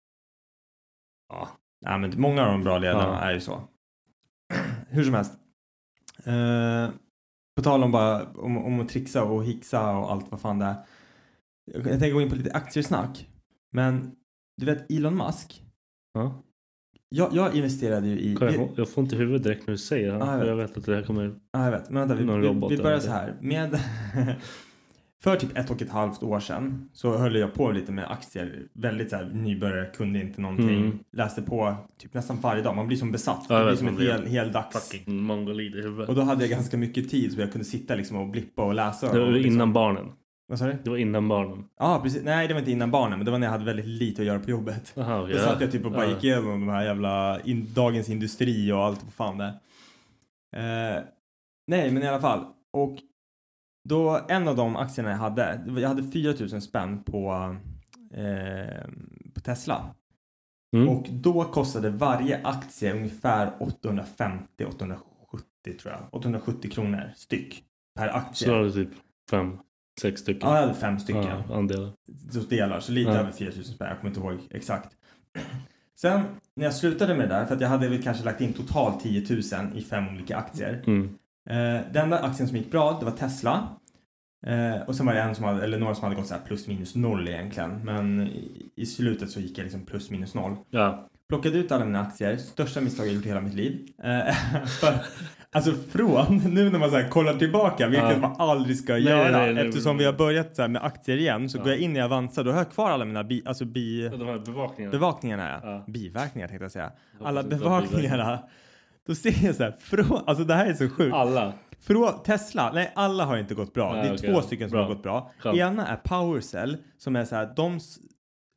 [SPEAKER 8] Ja.
[SPEAKER 9] Nej men många av de bra ledarna
[SPEAKER 8] Ja.
[SPEAKER 9] är ju så. Hur som helst. Eh, på tal om bara om, om att trixa och hixa och allt vad fan det är. Jag, jag tänker gå in på lite aktiesnack. Men du vet Elon Musk.
[SPEAKER 8] Ja.
[SPEAKER 9] Jag, jag investerade ju i...
[SPEAKER 8] Jag, jag får inte huvudet direkt när du säger det.
[SPEAKER 9] Ah, jag
[SPEAKER 8] jag,
[SPEAKER 9] vet.
[SPEAKER 8] vet att det här kommer...
[SPEAKER 9] Ja, jag vet. Men vänta, vi,
[SPEAKER 8] Någon
[SPEAKER 9] vi,
[SPEAKER 8] robot
[SPEAKER 9] vi börjar
[SPEAKER 8] eller
[SPEAKER 9] så här. Med för typ ett och ett halvt år sedan så höll jag på lite med aktier. Väldigt så här nybörjare, kunde inte någonting.
[SPEAKER 8] Mm.
[SPEAKER 9] Läste på typ nästan varje dag. Man blir som besatt.
[SPEAKER 8] Ja, jag
[SPEAKER 9] det blir
[SPEAKER 8] vet,
[SPEAKER 9] som
[SPEAKER 8] man
[SPEAKER 9] ett
[SPEAKER 8] blir
[SPEAKER 9] hel, hel dags.
[SPEAKER 8] Fucking mongolid i huvudet.
[SPEAKER 9] Och då hade jag ganska mycket tid så jag kunde sitta liksom och blippa och läsa.
[SPEAKER 8] Det var
[SPEAKER 9] och liksom,
[SPEAKER 8] innan barnen.
[SPEAKER 9] Vad sa du?
[SPEAKER 8] Det var innan barnen.
[SPEAKER 9] Ja, precis. Nej, det var inte innan barnen. Men det var när jag hade väldigt lite att göra på jobbet.
[SPEAKER 8] Aha,
[SPEAKER 9] Då
[SPEAKER 8] ja.
[SPEAKER 9] satt jag typ och bara
[SPEAKER 8] Ja.
[SPEAKER 9] gick igenom de här jävla in, Dagens Industri och allt vad fan det är. Eh, nej, men i alla fall. Och då en av de aktierna jag hade, jag hade fyra tusen spänn på, eh, på Tesla.
[SPEAKER 8] Mm.
[SPEAKER 9] Och då kostade varje aktie ungefär åttahundrafemtio åttahundrasjuttio tror jag. åttahundrasjuttio kronor styck per aktie.
[SPEAKER 8] Så var det typ fem, sex stycken.
[SPEAKER 9] Ja, jag hade fem stycken.
[SPEAKER 8] Ja, andelar.
[SPEAKER 9] Så delar, så lite
[SPEAKER 8] Ja.
[SPEAKER 9] över fyra tusen spänn. Jag kommer inte ihåg exakt. Sen när jag slutade med det där, för att jag hade väl kanske lagt in totalt tio tusen i fem olika aktier.
[SPEAKER 8] Mm.
[SPEAKER 9] Eh, den enda aktien som gick bra, det var Tesla. Eh, och sen var det en som hade, eller några som hade gått så här plus minus noll egentligen. Men i, i slutet så gick jag liksom plus minus noll.
[SPEAKER 8] Ja.
[SPEAKER 9] Plockade ut alla mina aktier. Största misstag jag gjort i hela mitt liv. Eh, för, alltså från, nu när man så här kollar tillbaka, vilket
[SPEAKER 8] Ja.
[SPEAKER 9] man aldrig ska
[SPEAKER 8] Nej,
[SPEAKER 9] göra.
[SPEAKER 8] nej, nej,
[SPEAKER 9] eftersom
[SPEAKER 8] nej.
[SPEAKER 9] vi har börjat så här med aktier igen, så
[SPEAKER 8] Ja.
[SPEAKER 9] går jag in i Avanza. Då har jag kvar alla mina bi, alltså bi,
[SPEAKER 8] De här bevakningarna.
[SPEAKER 9] bevakningarna.
[SPEAKER 8] Ja.
[SPEAKER 9] Biverkningar tänkte jag säga.
[SPEAKER 8] Jag
[SPEAKER 9] Alla
[SPEAKER 8] hoppas inte det var
[SPEAKER 9] bevakningarna. Då ser jag så här, från, alltså det här är så sjukt.
[SPEAKER 8] Alla.
[SPEAKER 9] Från Tesla, nej alla har inte gått bra.
[SPEAKER 8] Nej,
[SPEAKER 9] det är
[SPEAKER 8] okej.
[SPEAKER 9] två stycken som
[SPEAKER 8] Bra.
[SPEAKER 9] har gått bra.
[SPEAKER 8] Skönt.
[SPEAKER 9] Ena är PowerCell som är så här, de s-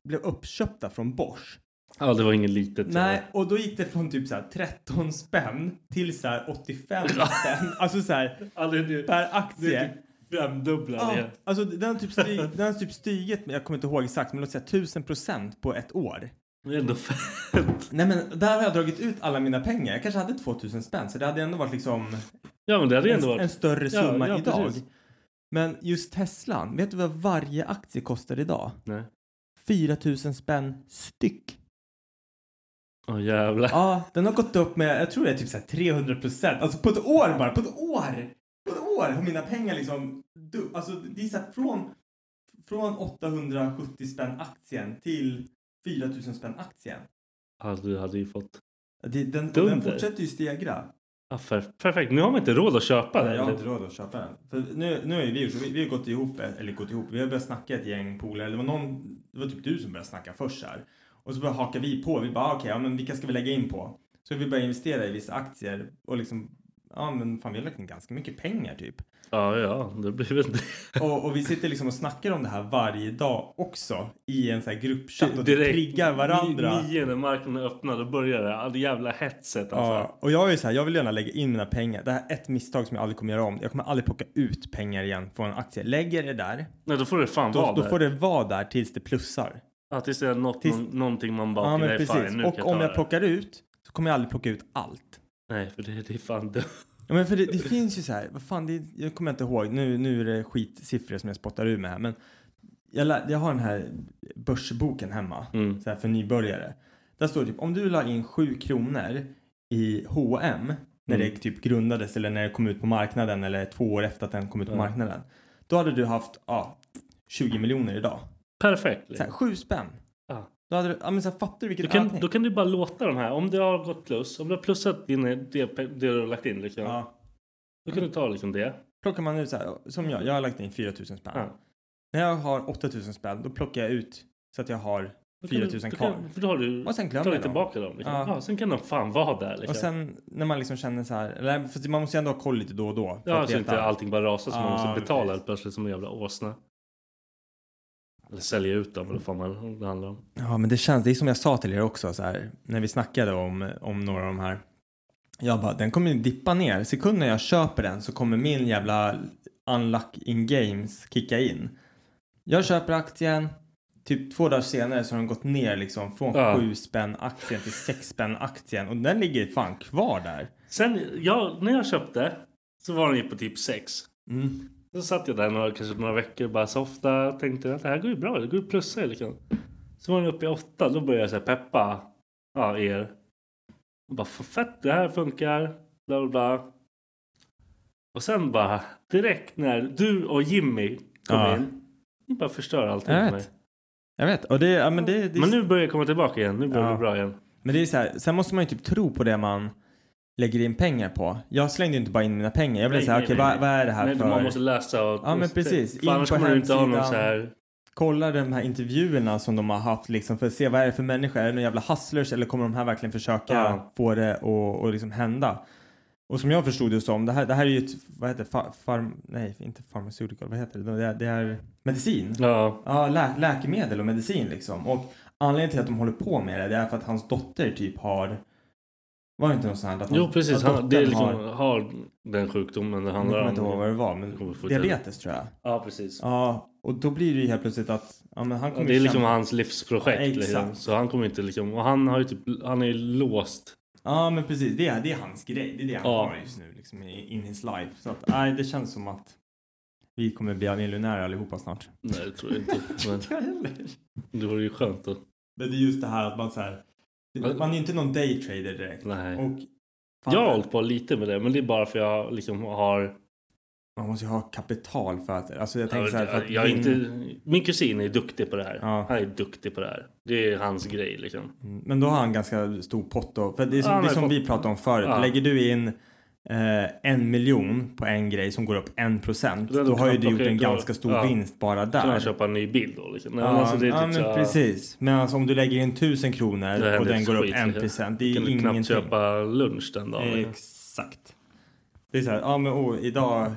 [SPEAKER 9] blev uppköpta från Bosch.
[SPEAKER 8] Ja, det var inget litet.
[SPEAKER 9] Nej, och då gick det från typ så här tretton spänn till så här åttiofem spänn. Alltså så här
[SPEAKER 8] ja, det, det,
[SPEAKER 9] per aktie.
[SPEAKER 8] Det är typ femdubbla.
[SPEAKER 9] Ja, alltså den har typ, stig, den har typ stigit, jag kommer inte ihåg exakt, men låt säga tusen procent på ett år.
[SPEAKER 8] Det är ändå fett.
[SPEAKER 9] Nej, men där har jag dragit ut alla mina pengar. Jag kanske hade tvåtusen spänn, så det hade ändå varit liksom
[SPEAKER 8] ja, men det hade
[SPEAKER 9] en,
[SPEAKER 8] ändå varit
[SPEAKER 9] en större summa
[SPEAKER 8] ja, ja,
[SPEAKER 9] idag.
[SPEAKER 8] Precis.
[SPEAKER 9] Men just Teslan, vet du vad varje aktie kostar idag?
[SPEAKER 8] Nej.
[SPEAKER 9] fyratusen spänn styck.
[SPEAKER 8] Åh oh, jävlar.
[SPEAKER 9] Ja, den har gått upp med, jag tror det är typ så här trehundra procent. Alltså på ett år bara, på ett år! På ett år har mina pengar liksom, alltså det är så här från, från åttahundrasjuttio spänn aktien till fyratusen spänn aktien.
[SPEAKER 8] Ja, du hade ju fått.
[SPEAKER 9] Det, den, den fortsätter ju stegra.
[SPEAKER 8] Ja, för, perfekt. Nu har man inte råd att köpa den.
[SPEAKER 9] Jag har inte råd att köpa den. För nu, nu är vi, vi, vi har gått ihop, eller gått ihop, vi har börjat snacka ett gäng polare. Det var någon, det var typ du som började snacka först här. Och så bara hakar vi på. Vi bara, okej, okay, ja, men vilka ska vi lägga in på? Så vi börjar investera i vissa aktier. Och liksom, ja men fan vi har lagt in ganska mycket pengar typ.
[SPEAKER 8] Ja, ja, det blir väl det.
[SPEAKER 9] Och, och vi sitter liksom och snackar om det här varje dag också. I en sån här gruppchatt och
[SPEAKER 8] direkt
[SPEAKER 9] triggar varandra.
[SPEAKER 8] Nio när marknaden öppnar, då börjar det. All jävla hetset alltså.
[SPEAKER 9] Ja, och jag är ju så här, jag vill gärna lägga in mina pengar. Det här är ett misstag som jag aldrig kommer göra om. Jag kommer aldrig plocka ut pengar igen från en aktie. Lägger det där.
[SPEAKER 8] Nej, då får det fan
[SPEAKER 9] då,
[SPEAKER 8] vara
[SPEAKER 9] då
[SPEAKER 8] där.
[SPEAKER 9] får det vara där tills det plussar.
[SPEAKER 8] Ja, tills det är något, tills... Någon, någonting man bara...
[SPEAKER 9] Ja, men
[SPEAKER 8] nej,
[SPEAKER 9] precis.
[SPEAKER 8] fan, nu
[SPEAKER 9] och
[SPEAKER 8] jag
[SPEAKER 9] om jag
[SPEAKER 8] det.
[SPEAKER 9] plockar ut så kommer jag aldrig plocka ut allt.
[SPEAKER 8] Nej, för det, det är fan det.
[SPEAKER 9] Ja, men för det, det finns ju så här, vad fan, det, jag kommer inte ihåg, nu, nu är det skitsiffror som jag spottar ur med här, men jag, lä, jag har den här börsboken hemma, mm. så här för nybörjare. Där står det typ, om du la in sju kronor i H och M när mm. det typ grundades eller när det kom ut på marknaden eller två år efter att den kom ut på mm. marknaden, då hade du haft ja, tjugo miljoner idag.
[SPEAKER 8] Perfekt.
[SPEAKER 9] Så här, sju spänn.
[SPEAKER 8] Ja.
[SPEAKER 9] Då hade du, ja men så här, fattar du vilket
[SPEAKER 8] du kan,
[SPEAKER 9] ökning?
[SPEAKER 8] Då kan du bara låta de här, om det har gått plus, om du har plussat in det, det du har lagt in liksom. Ja. Då kan du ta liksom det.
[SPEAKER 9] Plockar man ut så här, som jag, jag har lagt in fyratusen spänn. Ja. När jag har åttatusen spänn, då plockar jag ut så att jag har fyratusen kvar.
[SPEAKER 8] Kan, för då har du
[SPEAKER 9] och sen glömmer
[SPEAKER 8] tagit
[SPEAKER 9] jag dem.
[SPEAKER 8] tillbaka dem. Liksom.
[SPEAKER 9] Ja.
[SPEAKER 8] Ja, sen kan de fan vara där. Liksom.
[SPEAKER 9] Och sen när man liksom känner så här, eller, för man måste ju ändå ha koll lite då och då. För
[SPEAKER 8] ja,
[SPEAKER 9] att
[SPEAKER 8] så
[SPEAKER 9] veta.
[SPEAKER 8] inte allting bara rasar så
[SPEAKER 9] ja,
[SPEAKER 8] man måste betala
[SPEAKER 9] precis.
[SPEAKER 8] plötsligt som en jävla åsna. Eller sälja ut dem, eller vad man det handlar om.
[SPEAKER 9] Ja, men det känns, det är som jag sa till er också så här, när vi snackade om, om några av de här. Jag bara, den kommer ju dippa ner. Sekunden jag köper den så kommer min jävla unlock in games kicka in. Jag köper aktien. Typ två dagar senare så har den gått ner liksom från ja. sju spänn aktien till sex spänn aktien. Och den ligger fan kvar där.
[SPEAKER 8] Sen, jag, när jag köpte så var den ju på typ sex.
[SPEAKER 9] Mm.
[SPEAKER 8] Så satt jag där några, kanske några veckor bara så ofta tänkte att det här går ju bra, det går ju plussa liksom. Så var den uppe i åtta, då började jag så här peppa ja, er. Och bara, för fett, det här funkar, bla bla bla. Och sen bara, direkt när du och Jimmy kom ja. in, ni bara förstör allting
[SPEAKER 9] jag
[SPEAKER 8] för
[SPEAKER 9] vet.
[SPEAKER 8] mig.
[SPEAKER 9] Jag vet, och det, ja, men det, det...
[SPEAKER 8] Men nu börjar jag komma tillbaka igen, nu börjar
[SPEAKER 9] ja.
[SPEAKER 8] det bra igen.
[SPEAKER 9] Men det är så här, sen måste man ju typ tro på det man lägger in pengar på. Jag slängde ju inte bara in mina pengar. Jag blev så här, okej, okay, vad, vad är det här
[SPEAKER 8] nej,
[SPEAKER 9] för...
[SPEAKER 8] Man måste läsa och...
[SPEAKER 9] Ja, men precis.
[SPEAKER 8] För annars kommer du inte ha någon så här...
[SPEAKER 9] Kolla de här intervjuerna som de har haft liksom, för att se vad är det för människor. Är det några jävla hustlers eller kommer de här verkligen försöka ja. få det och, och liksom hända? Och som jag förstod det som, det här, det här är ju ett, vad heter det? Far, farm, nej, inte pharmaceutical, vad heter det? Det är, det är medicin.
[SPEAKER 8] Ja.
[SPEAKER 9] Ja, lä, läkemedel och medicin liksom. Och anledningen till att de håller på med det, det är för att hans dotter typ har... Var det inte något sånt här? Att
[SPEAKER 8] jo, precis. Han, det är liksom, har,
[SPEAKER 9] har
[SPEAKER 8] den sjukdomen det handlar om.
[SPEAKER 9] Jag kommer inte ihåg vad det var, men diabetes tror jag.
[SPEAKER 8] Ja, precis.
[SPEAKER 9] Ja, och då blir det ju helt plötsligt att... Ja, men han kommer
[SPEAKER 8] ja, det är liksom
[SPEAKER 9] känna...
[SPEAKER 8] hans livsprojekt.
[SPEAKER 9] Ja,
[SPEAKER 8] liksom. Så han kommer inte liksom... Och han har ju typ... Han är ju låst.
[SPEAKER 9] Ja, men precis. Det är, det är hans grej. Det är det han
[SPEAKER 8] ja.
[SPEAKER 9] har just nu. Liksom, in his life. Så att, nej, det känns som att vi kommer bli miljonärer allihopa snart.
[SPEAKER 8] Nej, det tror jag inte. Men... det vore ju skönt då.
[SPEAKER 9] Men det är just det här att man så här... Man är ju inte någon daytrader direkt.
[SPEAKER 8] Nej.
[SPEAKER 9] Och
[SPEAKER 8] jag har hållit på lite med det, men det är bara för jag liksom har...
[SPEAKER 9] Man måste ju ha kapital för att... Alltså jag tänker
[SPEAKER 8] ja,
[SPEAKER 9] så här, för att
[SPEAKER 8] jag
[SPEAKER 9] vin...
[SPEAKER 8] inte, min kusin är duktig på det här.
[SPEAKER 9] Ja.
[SPEAKER 8] Han är duktig på det här. Det är hans grej liksom.
[SPEAKER 9] Men då har han ganska stor pott då. För det är som, ja, det är som fått... vi pratade om förut. Ja. Lägger du in eh, en miljon på en grej som går upp en procent. Då, då har ju du gjort en ganska stor ja. vinst bara där.
[SPEAKER 8] Kan man köpa en ny bil då liksom.
[SPEAKER 9] Ja,
[SPEAKER 8] alltså, det är
[SPEAKER 9] ja
[SPEAKER 8] typ
[SPEAKER 9] men
[SPEAKER 8] så...
[SPEAKER 9] precis. Men alltså, om du lägger in tusen kronor och den går upp en procent. Det är
[SPEAKER 8] ingenting.
[SPEAKER 9] Du kan
[SPEAKER 8] knappt köpa lunch den dagen.
[SPEAKER 9] Exakt. Det är så här, ja men oh, idag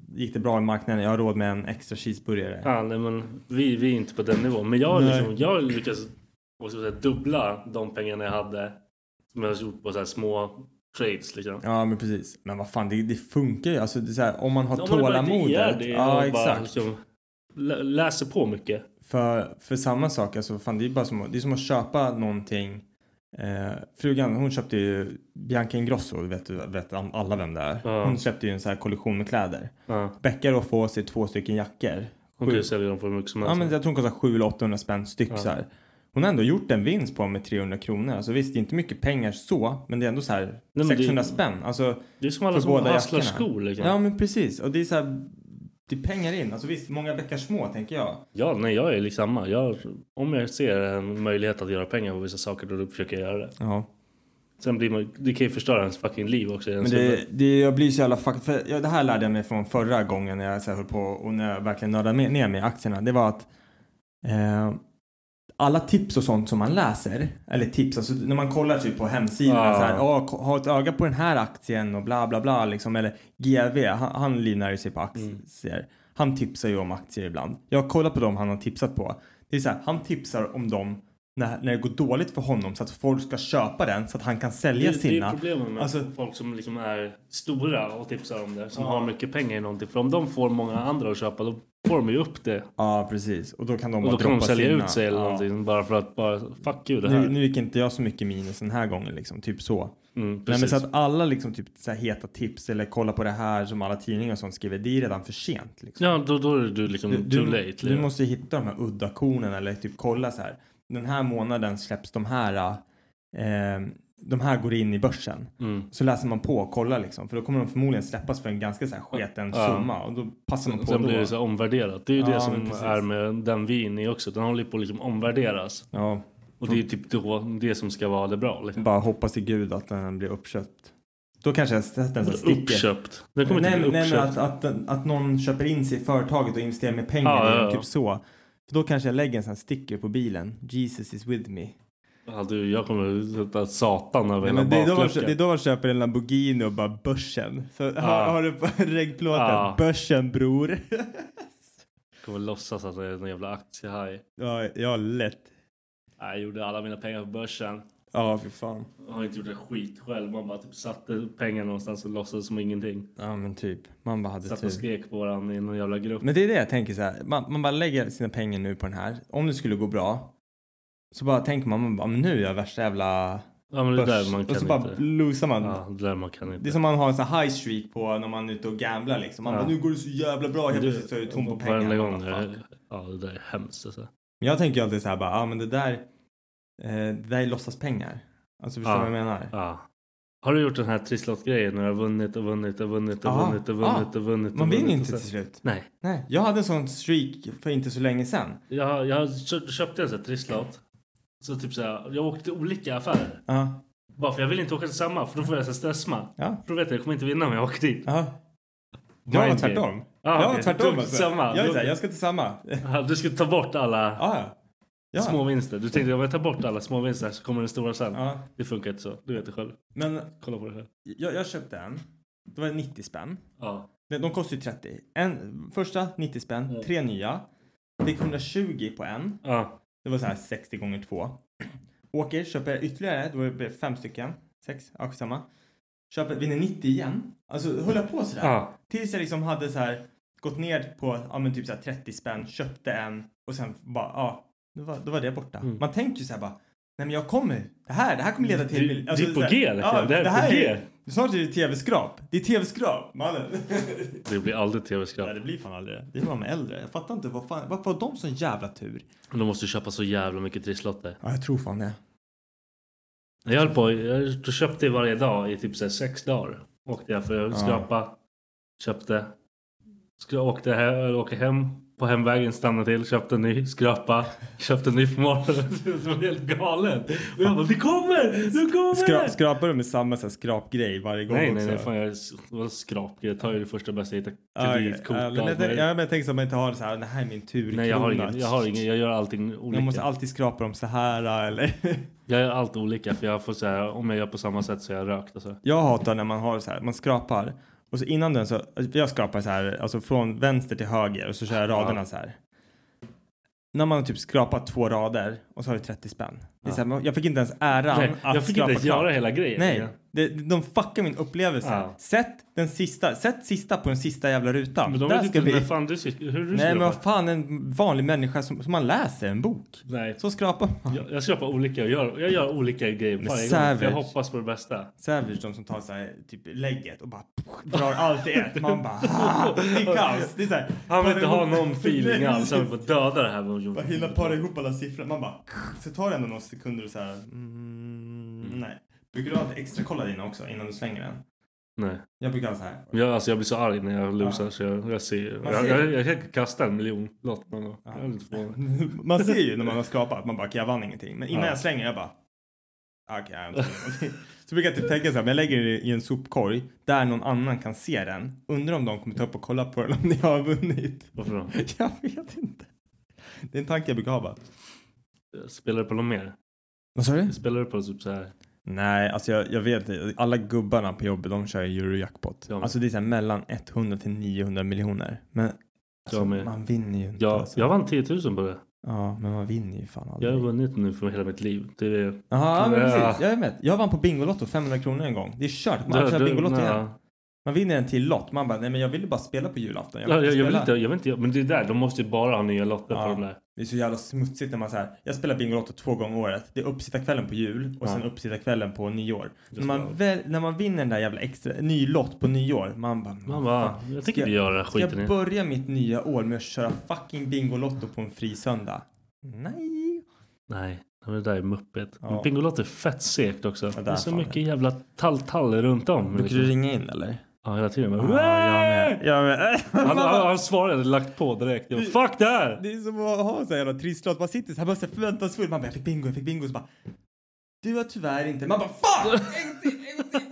[SPEAKER 9] gick det bra i marknaden. Jag har råd med en extra cheeseburgare.
[SPEAKER 8] Ja, nej, men vi, vi är inte på den nivån. Men jag, liksom, jag lyckas också säga, dubbla de pengarna jag hade. Som jag har gjort på så här små trades liksom.
[SPEAKER 9] Ja, men precis. Men vad fan, det, det funkar ju. Alltså, det är så här, om man har
[SPEAKER 8] om
[SPEAKER 9] tålamodet.
[SPEAKER 8] Det,
[SPEAKER 9] ja, exakt.
[SPEAKER 8] Bara, liksom, läser på mycket.
[SPEAKER 9] För, för samma sak, alltså, fan, det är bara som, det är som att köpa någonting. Eh, frugan, hon köpte ju Bianca Ingrosso, vet, vet alla vem det är. Ja. Hon köpte ju en så här kollektion med kläder. Ja. Bäckar och få sig två stycken jackor.
[SPEAKER 8] Hon kan ju sälja dem för mycket som helst.
[SPEAKER 9] Ja, men jag tror hon kostar sju eller åttahundra spänn styck. Ja. Så här. Hon har ändå gjort en vinst på med trehundra kronor. Alltså visst, det är inte mycket pengar så. Men det är ändå så här Nej, sexhundra det, spänn. Alltså,
[SPEAKER 8] det är som alla som hasslar skor. Liksom.
[SPEAKER 9] Ja, men precis. Och det är så här, det är pengar in. Alltså visst, många bäckar små, tänker jag.
[SPEAKER 8] Ja, nej, jag är liksom samma. Jag, om jag ser en möjlighet att göra pengar på vissa saker, då försöker jag göra det.
[SPEAKER 9] Ja.
[SPEAKER 8] Sen blir man, det kan ju förstöra ens fucking liv också.
[SPEAKER 9] Men det, det, jag blir så jävla fuck, för ja, det här lärde jag mig från förra gången när jag så här, höll på och när jag verkligen nördade med, ner med aktierna. Det var att eh, alla tips och sånt som man läser, eller tips, alltså när man kollar typ på hemsidan ah. så här, åh, ha ett öga på den här aktien och bla bla bla liksom, eller G V, han, han livnär sig på aktier. Mm. Han tipsar ju om aktier ibland. Jag har kollat på dem han har tipsat på. Det är så här, han tipsar om dem när, när det går dåligt för honom så att folk ska köpa den så att han kan sälja
[SPEAKER 8] det,
[SPEAKER 9] sina.
[SPEAKER 8] Det är problemet med alltså, folk som liksom är stora och tipsar om det, som ja. har mycket pengar i någonting. För om de får många andra att köpa, då får de ju upp det.
[SPEAKER 9] Ja, precis. Och då kan de
[SPEAKER 8] och
[SPEAKER 9] bara
[SPEAKER 8] då kan de sälja
[SPEAKER 9] sina.
[SPEAKER 8] ut sig eller ja. någonting bara för att bara, fuck you det
[SPEAKER 9] här. Nu,
[SPEAKER 8] här.
[SPEAKER 9] nu gick inte jag så mycket minus den här gången liksom, typ så.
[SPEAKER 8] Mm,
[SPEAKER 9] Nej, men så att alla liksom typ så här heta tips eller kolla på det här som alla tidningar som skriver, det är redan för sent liksom.
[SPEAKER 8] Ja, då, då är du liksom
[SPEAKER 9] du,
[SPEAKER 8] too
[SPEAKER 9] du,
[SPEAKER 8] late.
[SPEAKER 9] Du liksom. måste hitta de här udda kornen eller typ kolla så här. Den här månaden släpps de här eh, de här går in i börsen. Mm. Så läser man på och kollar liksom. För då kommer de förmodligen släppas för en ganska så här sketen ja. summa. Och då passar man på.
[SPEAKER 8] Sen
[SPEAKER 9] då.
[SPEAKER 8] blir det så här omvärderat. Det är ju ja, det som är med den vi är inne i också. Den håller på att liksom omvärderas.
[SPEAKER 9] Ja.
[SPEAKER 8] Och det är typ då det som ska vara det bra. Liksom.
[SPEAKER 9] Bara hoppas till Gud att den blir uppköpt. Då kanske jag sätter en sån sticker.
[SPEAKER 8] Uppköpt? Det kommer
[SPEAKER 9] nej,
[SPEAKER 8] inte bli
[SPEAKER 9] nej,
[SPEAKER 8] uppköpt.
[SPEAKER 9] men att, att, att någon köper in sig i företaget och investerar med pengar. Ja, ja, ja. Typ så. För då kanske jag lägger en sån sticker på bilen. Jesus is with me.
[SPEAKER 8] Ja, du, jag kommer sätta satan över hela
[SPEAKER 9] det, är då, det är då man köper en Lamborghini och bara börsen. Så ja. har, har du på regnplåten. Ja. Börsen, bror.
[SPEAKER 8] Jag kommer låtsas att det är en jävla aktiehaj.
[SPEAKER 9] Ja, jag har lätt.
[SPEAKER 8] Jag gjorde alla mina pengar på börsen.
[SPEAKER 9] Ja, för fan.
[SPEAKER 8] Jag har inte gjort det skit själv. Man bara typ satte pengar någonstans och låtsades som ingenting.
[SPEAKER 9] Ja, men typ. Man bara hade
[SPEAKER 8] satt och skrek på varandra i någon jävla grupp.
[SPEAKER 9] Men det är det jag tänker så här. Man, man bara lägger sina pengar nu på den här. Om det skulle gå bra. Så bara tänker man, man bara, men nu är jag värsta jävla
[SPEAKER 8] ja, men det där man kan
[SPEAKER 9] och så
[SPEAKER 8] inte.
[SPEAKER 9] bara losar man.
[SPEAKER 8] Ja, det där man kan inte.
[SPEAKER 9] Det är som man har en sån här high streak på när man är ute och gamblar liksom. Man ja. bara, nu går det så jävla bra. Helt plötsligt så är det tom på pengar.
[SPEAKER 8] Gång, jag, ja, det där är hemskt alltså.
[SPEAKER 9] Men jag tänker alltid så här bara, ja men det där eh, det där är låtsas pengar. Alltså förstår du
[SPEAKER 8] ja.
[SPEAKER 9] vad jag menar?
[SPEAKER 8] Ja. Har du gjort den här trisslott-grejen när du har vunnit och vunnit och vunnit och
[SPEAKER 9] Aha.
[SPEAKER 8] vunnit och vunnit och vunnit?
[SPEAKER 9] Man vinner inte
[SPEAKER 8] till
[SPEAKER 9] slut.
[SPEAKER 8] Nej.
[SPEAKER 9] Nej. Jag hade en sån streak för inte så länge sedan.
[SPEAKER 8] Jag, jag köpte en sån här trisslott. Så typ så här, jag åkte till olika affärer.
[SPEAKER 9] Ja.
[SPEAKER 8] Bara för jag vill inte åka till samma, för då får jag så stressma.
[SPEAKER 9] Ja.
[SPEAKER 8] För då vet jag, jag kommer inte vinna om jag åker dit.
[SPEAKER 9] Ja. Jag var tvärtom.
[SPEAKER 8] Ja,
[SPEAKER 9] jag var tvärtom. Alltså.
[SPEAKER 8] Samma.
[SPEAKER 9] Jag, är så här, jag ska till samma.
[SPEAKER 8] Ja, du ska ta bort alla
[SPEAKER 9] ja. Ja.
[SPEAKER 8] små vinster. Du tänkte, om jag tar bort alla små vinster så kommer den stora sen.
[SPEAKER 9] Ja.
[SPEAKER 8] Det funkar inte så. Du vet det själv.
[SPEAKER 9] Men
[SPEAKER 8] kolla på det här.
[SPEAKER 9] Jag, jag köpte en. Det var nittio spänn.
[SPEAKER 8] Ja.
[SPEAKER 9] De, de kostar ju trettio. En, första nittio spänn. Ja. Tre nya. Fick hundratjugo på en.
[SPEAKER 8] Ja.
[SPEAKER 9] Det var så här sextio gånger två. Åker, köper ytterligare. Då var det fem stycken. Sex, ja, samma. Köper, vinner nittio igen. Alltså höll jag på sådär.
[SPEAKER 8] Ja.
[SPEAKER 9] Tills jag liksom hade så här gått ner på ja, men typ så här trettio spänn. Köpte en. Och sen bara, ja. Då var, då var det borta. Mm. Man tänker ju så här bara. Nej men jag kommer. Det här, det här kommer leda till.
[SPEAKER 8] Du, alltså, det är på G. Liksom.
[SPEAKER 9] Ja,
[SPEAKER 8] det,
[SPEAKER 9] det här
[SPEAKER 8] är på G.
[SPEAKER 9] Är, snart är det tv-skrap. Det är tv-skrap, mannen.
[SPEAKER 8] Det blir aldrig tv-skrap.
[SPEAKER 9] Nej, det blir fan aldrig det. Det är bara med äldre. Jag fattar inte. Vad fan, varför har de sån jävla tur?
[SPEAKER 8] De måste köpa så jävla mycket trisslotter.
[SPEAKER 9] Ja, jag tror fan det.
[SPEAKER 8] Jag höll på. Jag köpte varje dag i typ så här sex dagar. Åkte jag för att skrapa. Ja. Köpte. Skra, åkte, här, åkte hem. På hemvägen stannade till, köpte en ny, skrapa, köpte en ny på morgonen. Det var helt galen. Och jag bara, det kommer, det kommer!
[SPEAKER 9] Skra, skrapar du med samma så här, skrapgrej varje gång?
[SPEAKER 8] Nej,
[SPEAKER 9] också?
[SPEAKER 8] nej, nej, fan jag var skrapgrej. Jag tar ju det första bästa jag hittar. Kreditkort.
[SPEAKER 9] Ja, men jag, jag, jag tänker så att man inte har så här, det här är min tur.
[SPEAKER 8] Nej, jag har ingen, jag har ingen, jag gör allting olika.
[SPEAKER 9] Jag måste alltid skrapa dem så här, eller?
[SPEAKER 8] Jag gör allt olika, för jag får så här, om jag gör på samma sätt så är jag rökt. Alltså.
[SPEAKER 9] Jag hatar när man har så här, man skrapar. Och så innan den så, jag skrapar så här, alltså från vänster till höger och så kör jag raderna ja. så här. När man typ skrapat två rader och så har du trettio spänn. Det är så här, jag fick inte ens äran
[SPEAKER 8] Nej,
[SPEAKER 9] att
[SPEAKER 8] jag fick inte göra hela grejen.
[SPEAKER 9] Nej, det, de fuckar min upplevelse. Ja. Sätt den sista, sätt sista på den sista jävla rutan.
[SPEAKER 8] Men de vet inte vi... fan du, hur du
[SPEAKER 9] Nej, men vad fan, en vanlig människa som, som man läser en bok. Nej. Så skrapar man.
[SPEAKER 8] Jag, jag skrapar olika, jag gör, jag gör olika grejer varje gång, för jag hoppas på det bästa.
[SPEAKER 9] Savage, de som tar så här, typ lägget och bara pff, drar allt i ett. Man bara, ah, det är kaos. Det är så här,
[SPEAKER 8] han vill inte ha någon feeling alls. Han vill bara döda det här.
[SPEAKER 9] Bara hinna para ihop alla siffror. Man bara, så tar det ändå några sekunder och så här, mm, nej. Brukar du ha extra kolla dina också innan du slänger den?
[SPEAKER 8] Nej.
[SPEAKER 9] Jag brukar så här.
[SPEAKER 8] Jag, alltså jag blir så arg när jag losar ja. så jag, jag ser. Jag, jag, jag, jag kan kasta en miljon lott någon gång. Ja.
[SPEAKER 9] Man ser ju när man har skapat, man bara, okay, jag vann ingenting. Men innan ja. jag slänger, jag bara, okej, okay, jag inte. Så brukar jag typ tänka så här, men jag lägger det i en sopkorg där någon annan kan se den. Undrar om de kommer ta upp och kolla på den om ni har vunnit.
[SPEAKER 8] Varför då?
[SPEAKER 9] Jag vet inte. Det är en tanke jag brukar ha bara.
[SPEAKER 8] Spelar du på något mer?
[SPEAKER 9] Vad sa du?
[SPEAKER 8] Spelar du på typ så här?
[SPEAKER 9] Nej, alltså jag, jag vet alla gubbarna på jobbet, de kör Eurojackpot. Ja. Alltså det är så här mellan hundra till niohundra miljoner. Men alltså, man vinner ju inte.
[SPEAKER 8] Ja,
[SPEAKER 9] alltså.
[SPEAKER 8] Jag vann tio tusen på det.
[SPEAKER 9] Ja, men man vinner ju fan aldrig.
[SPEAKER 8] Jag har vunnit nu för hela mitt liv. Det är...
[SPEAKER 9] Jaha, men precis. Jag är med. Jag vann på Bingolotto femhundra kronor en gång. Det är kört. Man kör Bingolotto igen. Man vinner en till lott. Man bara, nej men jag ville bara spela på julafton.
[SPEAKER 8] Jag, ja, jag, jag vill inte, jag vill inte, men det är där, de måste ju bara ha nya lotter ja, för de där.
[SPEAKER 9] Det är så jävla smutsigt när man så här, jag spelar Bingolotto två gånger året. Det är uppsitta kvällen på jul och ja. sen uppsitta kvällen på nyår. När man, väl, när man vinner den där jävla extra, ny lott på nyår, man bara,
[SPEAKER 8] man bara jag tänker inte göra skiten.
[SPEAKER 9] Ska jag börja mitt nya år med att köra fucking Bingolotto på en fri söndag? Nej.
[SPEAKER 8] Nej. Det där är muppet. Ja. Bingolotto är fett segt också. Ja, det är så mycket det. Jävla tall-tall runt om.
[SPEAKER 9] Brukar du ringa in eller?
[SPEAKER 8] Ja, hela tiden.
[SPEAKER 9] Ja, jag med. Jag med.
[SPEAKER 8] Han, han, han svarade lagt på direkt. Jag, fuck det här!
[SPEAKER 9] Det är som att ha så här jävla tristlåt. Man sitter så här, man så förväntansfull. Man bara, jag fick bingo, jag fick bingo. Så bara, du har tyvärr inte. Man bara, fuck! En till, en till.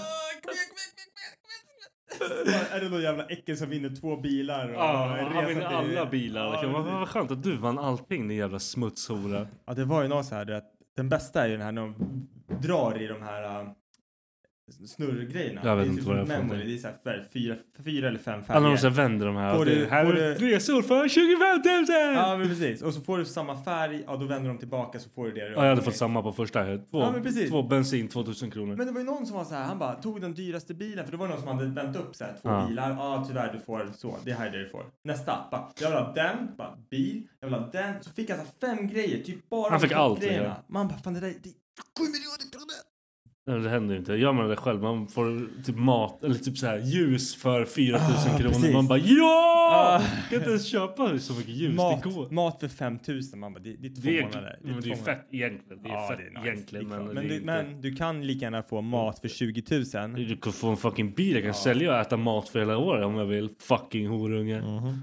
[SPEAKER 9] Är det någon jävla äckel som vinner två bilar? Och
[SPEAKER 8] ja, han vinner alla bilar. Ja, vad, vad skönt att du vann allting, din jävla smutshora.
[SPEAKER 9] Ja, det var ju någon så här. Det, den bästa är ju den här när de drar i de här... Uh, snurrgrejerna.
[SPEAKER 8] Jag vet inte vad
[SPEAKER 9] det är. Memory, det är så här fyra, fyra eller fem färger.
[SPEAKER 8] Alla de så vänder de här.
[SPEAKER 9] Får du,
[SPEAKER 8] här
[SPEAKER 9] får
[SPEAKER 8] är resor för tjugofem tusen!
[SPEAKER 9] Ja, men precis. Och så får du samma färg, ja då vänder de tillbaka så får du det.
[SPEAKER 8] Ja, jag hade fått samma på första. Två,
[SPEAKER 9] ja, men precis.
[SPEAKER 8] Två bensin, tvåtusen kronor.
[SPEAKER 9] Men det var ju någon som var så här, han bara tog den dyraste bilen. För det var någon som hade vänt upp så här, två ja. bilar. Ja, tyvärr du får så. Det här är det du får. Nästa, bara, jag vill ha den, bara bil. Jag vill ha den. Så fick jag så fem grejer, typ bara
[SPEAKER 8] han fick allt
[SPEAKER 9] grejerna.
[SPEAKER 8] Ja.
[SPEAKER 9] Man bara, fan det där är sju miljoner kronor.
[SPEAKER 8] Det händer inte. Gör man det själv, man får typ mat eller typ så här ljus för fyra tusen
[SPEAKER 9] ah,
[SPEAKER 8] kronor.
[SPEAKER 9] Precis.
[SPEAKER 8] Man bara ja! Ah. Kan inte ens köpa så mycket ljus.
[SPEAKER 9] Mat,
[SPEAKER 8] det går.
[SPEAKER 9] Mat för fem tusen. Man bara det, det är två
[SPEAKER 8] det är,
[SPEAKER 9] månader.
[SPEAKER 8] Det är, men det är fett egentligen. Det är
[SPEAKER 9] ja,
[SPEAKER 8] fett
[SPEAKER 9] det är nice.
[SPEAKER 8] egentligen. Men,
[SPEAKER 9] men, du,
[SPEAKER 8] inte...
[SPEAKER 9] men du kan lika gärna få mat för tjugo tusen.
[SPEAKER 8] Du kan få en fucking bil. Jag kan
[SPEAKER 9] ja.
[SPEAKER 8] sälja och äta mat för hela året om jag vill. Fucking horunge.
[SPEAKER 9] Mm-hmm.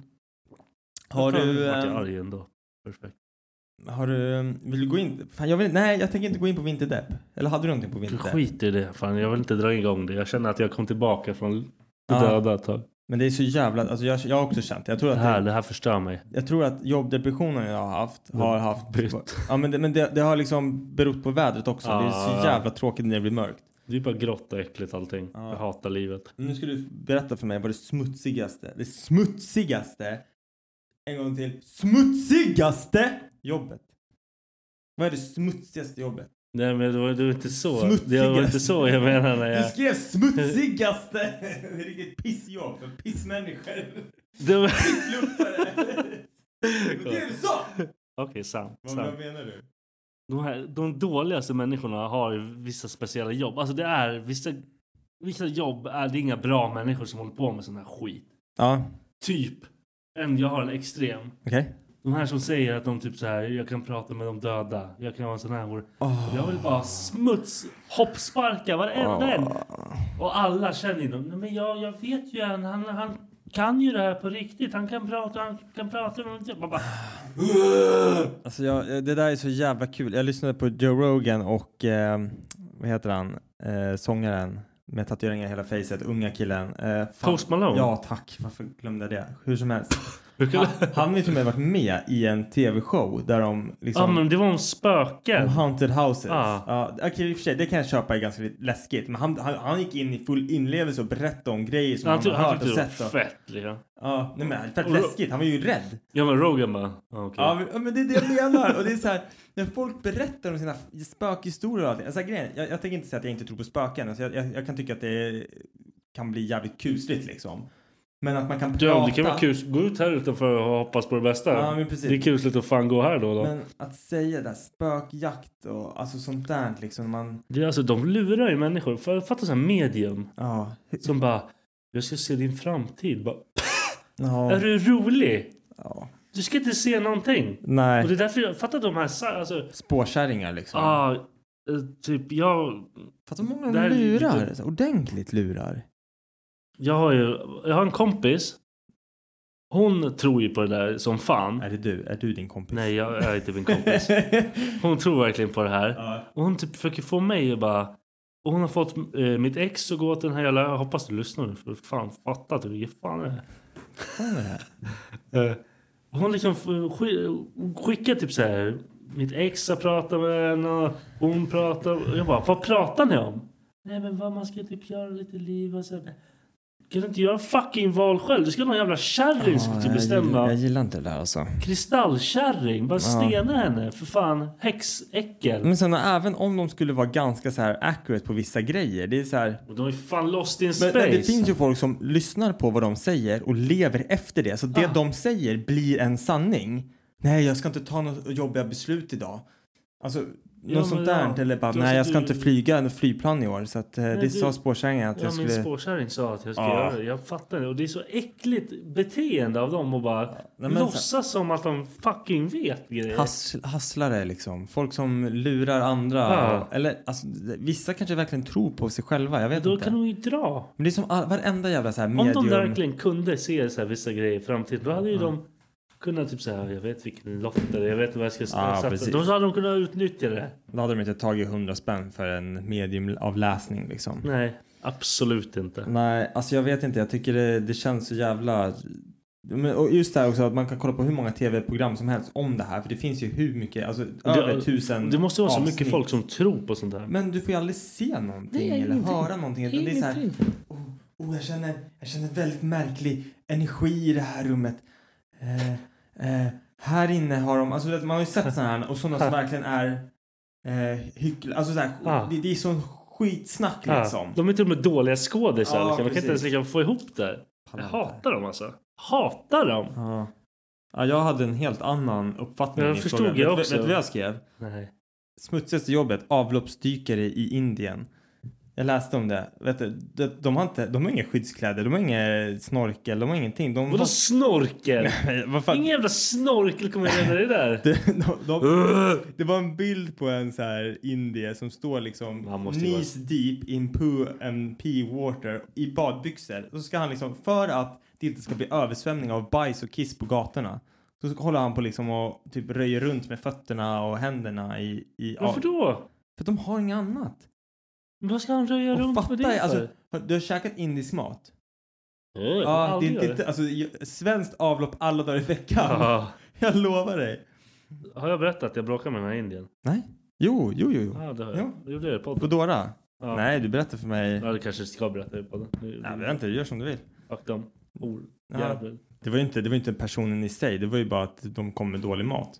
[SPEAKER 9] Har du...
[SPEAKER 8] Jag vart arg ändå. Perfekt.
[SPEAKER 9] Har du, vill du gå in? Fan, jag vill, nej, jag tänker inte gå in på vinterdepp. Eller hade du någonting på vinterdepp?
[SPEAKER 8] Skit i det. Fan, jag vill inte dra igång det. Jag känner att jag kom tillbaka från det ja. döda ett tag.
[SPEAKER 9] Men det är så jävla... Alltså jag, jag har också känt. Jag tror att
[SPEAKER 8] det, här,
[SPEAKER 9] det,
[SPEAKER 8] det här förstör mig.
[SPEAKER 9] Jag tror att jobbdepressionen jag har haft...
[SPEAKER 8] Det
[SPEAKER 9] har haft
[SPEAKER 8] bytt.
[SPEAKER 9] Ja, men, det, men det, det har liksom berott på vädret också. Ah. Det är så jävla tråkigt när det blir mörkt.
[SPEAKER 8] Det är bara grått och äckligt allting. Ah. Jag hatar livet.
[SPEAKER 9] Nu ska du berätta för mig vad det smutsigaste... Det smutsigaste... En gång till. Smutsigaste jobbet. Vad är det smutsigaste jobbet?
[SPEAKER 8] Nej, men det var, det var inte så. Det var inte så jag menar när jag...
[SPEAKER 9] Du skrev smutsigaste. Det är riktigt pissjobb för pissmänniskor.
[SPEAKER 8] Det var...
[SPEAKER 9] Pissluftare. Det är det så.
[SPEAKER 8] Okej, okay, sant.
[SPEAKER 9] Vad
[SPEAKER 8] sant.
[SPEAKER 9] menar du?
[SPEAKER 8] De, här, de dåligaste människorna har vissa speciella jobb. Alltså det är vissa, vissa jobb är det inga bra människor som håller på med sån här skit.
[SPEAKER 9] Ja.
[SPEAKER 8] Typ. En, jag har en extrem.
[SPEAKER 9] Okej. Okay.
[SPEAKER 8] De här som säger att de typ så här, jag kan prata med de döda. Jag kan vara en sån här. Oh. Jag vill bara smuts, hoppsparka varenda en. Oh. Och alla känner ju dem. Nej, men jag, jag vet ju han, han, han kan ju det här på riktigt. Han kan prata, han kan prata med dem. Bara...
[SPEAKER 9] Alltså jag, det där är så jävla kul. Jag lyssnade på Joe Rogan och eh, vad heter han? Eh, sångaren med tatueringar i hela facet. Unga killen. Eh,
[SPEAKER 8] Post Malone?
[SPEAKER 9] Ja, tack. Varför glömde jag det? Hur som helst. Han, han har ju till och med varit med i en tv-show där de liksom...
[SPEAKER 8] Ja, men det var om spöken.
[SPEAKER 9] Om haunted houses.
[SPEAKER 8] Ah.
[SPEAKER 9] Ja, okej, okay, i och för sig, det kan jag köpa är ganska läskigt. Men han, han, han gick in i full inlevelse och berättade om grejer som han, han har hört och sett. Och...
[SPEAKER 8] fett, liksom.
[SPEAKER 9] Ja, nej men fett läskigt. Han var ju rädd.
[SPEAKER 8] Ja, men Rogan bara... Ah, okay.
[SPEAKER 9] Ja, men det är det jag menar. Och det är så här, när folk berättar om sina spökhistorier och allting. Alltså, grejen, jag, jag tänker inte säga att jag inte tror på spöken. Alltså, jag, jag, jag kan tycka att det kan bli jävligt kusligt, liksom. Men att man kan prata...
[SPEAKER 8] Ja, det kan vara kus. Gå ut här utanför och hoppas på det bästa.
[SPEAKER 9] Ja, men precis.
[SPEAKER 8] Det är kusligt att fan gå här då, då.
[SPEAKER 9] Men att säga där spökjakt och alltså sånt där liksom man...
[SPEAKER 8] Det är alltså, de lurar ju människor. För fatta så här medium.
[SPEAKER 9] Ja.
[SPEAKER 8] Som bara, jag ska se din framtid. Bara,
[SPEAKER 9] ja.
[SPEAKER 8] Är du rolig?
[SPEAKER 9] Ja.
[SPEAKER 8] Du ska inte se någonting.
[SPEAKER 9] Nej.
[SPEAKER 8] Och det är därför jag fattar de här... Alltså,
[SPEAKER 9] spårkärringar liksom.
[SPEAKER 8] Ja, ah, typ jag...
[SPEAKER 9] Fattar många de lurar. Lite... Ordentligt lurar.
[SPEAKER 8] Jag har ju... Jag har en kompis. Hon tror ju på det där som fan.
[SPEAKER 9] Är det du? Är du din kompis?
[SPEAKER 8] Nej, jag är inte min kompis. Hon tror verkligen på det här.
[SPEAKER 9] Ja.
[SPEAKER 8] Och hon typ försöker få mig att bara... Och hon har fått eh, mitt ex att gå till den här jävla... Jag hoppas du lyssnar nu. För fan, fatta du. Vad fan är det här?
[SPEAKER 9] Vad fan är det här?
[SPEAKER 8] uh, hon liksom skickar typ så här... Mitt ex har pratat med henne och hon pratar... Jag bara, vad pratar ni om? Nej, men vad man ska typ göra lite liv och så. Kan du inte göra fucking val själv? Du ska ha någon jävla kärring oh, som ska bestämma.
[SPEAKER 9] Jag, jag gillar inte det där alltså.
[SPEAKER 8] Kristallkärring. Bara stena ja. henne. För fan, häxäckel.
[SPEAKER 9] Men sen även om de skulle vara ganska så här accurate på vissa grejer. Det är så här...
[SPEAKER 8] Och de är fan lost in space.
[SPEAKER 9] Men, men det finns ju folk som lyssnar på vad de säger och lever efter det. Så det ah. de säger blir en sanning. Nej, jag ska inte ta något jobbiga beslut idag. Alltså...
[SPEAKER 8] Ja,
[SPEAKER 9] något sånt där.
[SPEAKER 8] Ja.
[SPEAKER 9] Eller bara, nej jag ska
[SPEAKER 8] du...
[SPEAKER 9] inte flyga en flygplan i år. Så att, nej, det du... sa spårkärringen att
[SPEAKER 8] ja,
[SPEAKER 9] jag skulle...
[SPEAKER 8] Ja, min spårkärring sa att jag skulle
[SPEAKER 9] ja.
[SPEAKER 8] göra det. Jag fattar det. Och det är så äckligt beteende av dem. Och bara ja. nej, låtsas så... som att de fucking vet grejer.
[SPEAKER 9] Hass, hasslare liksom. Folk som lurar andra. Ja. Eller alltså, vissa kanske verkligen tror på sig själva. Jag vet
[SPEAKER 8] då
[SPEAKER 9] inte.
[SPEAKER 8] Då kan de ju dra.
[SPEAKER 9] Men det är som all, varenda jävla så här medium.
[SPEAKER 8] Om de verkligen kunde se så här vissa grejer i framtiden. Då hade ju ja. de... kunna typ säga, jag vet vilken lott det är, jag vet vad jag ska satsa. Ah, då hade de kunnat utnyttja det.
[SPEAKER 9] Då hade de inte tagit hundra spänn för en mediumavläsning liksom.
[SPEAKER 8] Nej, absolut inte.
[SPEAKER 9] Nej, alltså jag vet inte, jag tycker det, det känns så jävla... Men, och just det här också att man kan kolla på hur många tv-program som helst om det här. För det finns ju hur mycket, alltså det, över tusen
[SPEAKER 8] det måste vara så
[SPEAKER 9] avsnitt.
[SPEAKER 8] Mycket folk som tror på sånt här.
[SPEAKER 9] Men du får ju aldrig se någonting
[SPEAKER 8] Nej,
[SPEAKER 9] eller
[SPEAKER 8] ingenting.
[SPEAKER 9] höra någonting. Utan det är så här, oh, oh, jag, känner, jag känner väldigt märklig energi i det här rummet. Eh, eh, här inne har de, alltså man har ju sett sådana här och sådana som verkligen är eh, hyckla, alltså så här, ah. det, det är sån skitsnack liksom.
[SPEAKER 8] Ah. De är till och med dåliga skådisar.
[SPEAKER 9] Ah,
[SPEAKER 8] liksom. Man kan inte ens liksom få ihop det. Jag hatar dem alltså. Hatar dem.
[SPEAKER 9] Ah. Ja, jag hade en helt annan uppfattning.
[SPEAKER 8] Jag förstod jag
[SPEAKER 9] vet,
[SPEAKER 8] också.
[SPEAKER 9] Vet du vad jag skrev?
[SPEAKER 8] Nej.
[SPEAKER 9] Smutsigaste jobbet, avloppsdykare i Indien. Jag läste om det. Vet du, de, de, har inte, de har inga skyddskläder, de har inga snorkel, de har ingenting. De,
[SPEAKER 8] Vadå
[SPEAKER 9] de...
[SPEAKER 8] snorkel? Ingen jävla snorkel kommer jag det där.
[SPEAKER 9] de, de, de, det var en bild på en så här indie som står liksom knees vara... deep in poo and pee water i badbyxor. Så ska han liksom, för att det inte ska bli översvämning av bajs och kiss på gatorna, så håller han på liksom och typ röjer runt med fötterna och händerna i... i
[SPEAKER 8] Varför då?
[SPEAKER 9] För de har inget annat.
[SPEAKER 8] Men vad ska han röja och runt med det för?
[SPEAKER 9] Alltså, du har käkat indisk mat?
[SPEAKER 8] Mm,
[SPEAKER 9] ja, det är inte, inte, alltså, svenskt avlopp alla dagar i veckan. Ja. Jag lovar dig.
[SPEAKER 8] Har jag berättat att jag bråkar med den här Indien?
[SPEAKER 9] Nej. Jo, jo, jo.
[SPEAKER 8] Ja, det har jag. Jo. gjorde det på podden.
[SPEAKER 9] Foodora?
[SPEAKER 8] Ja.
[SPEAKER 9] Nej, du berättar för mig.
[SPEAKER 8] Ja, du kanske ska berätta det på den.
[SPEAKER 9] Nej, jag vet inte. Gör som du vill.
[SPEAKER 8] Fuck dem. Oh,
[SPEAKER 9] ja. Det var ju inte, det var inte personen i sig. Det var ju bara att de kom med dålig mat.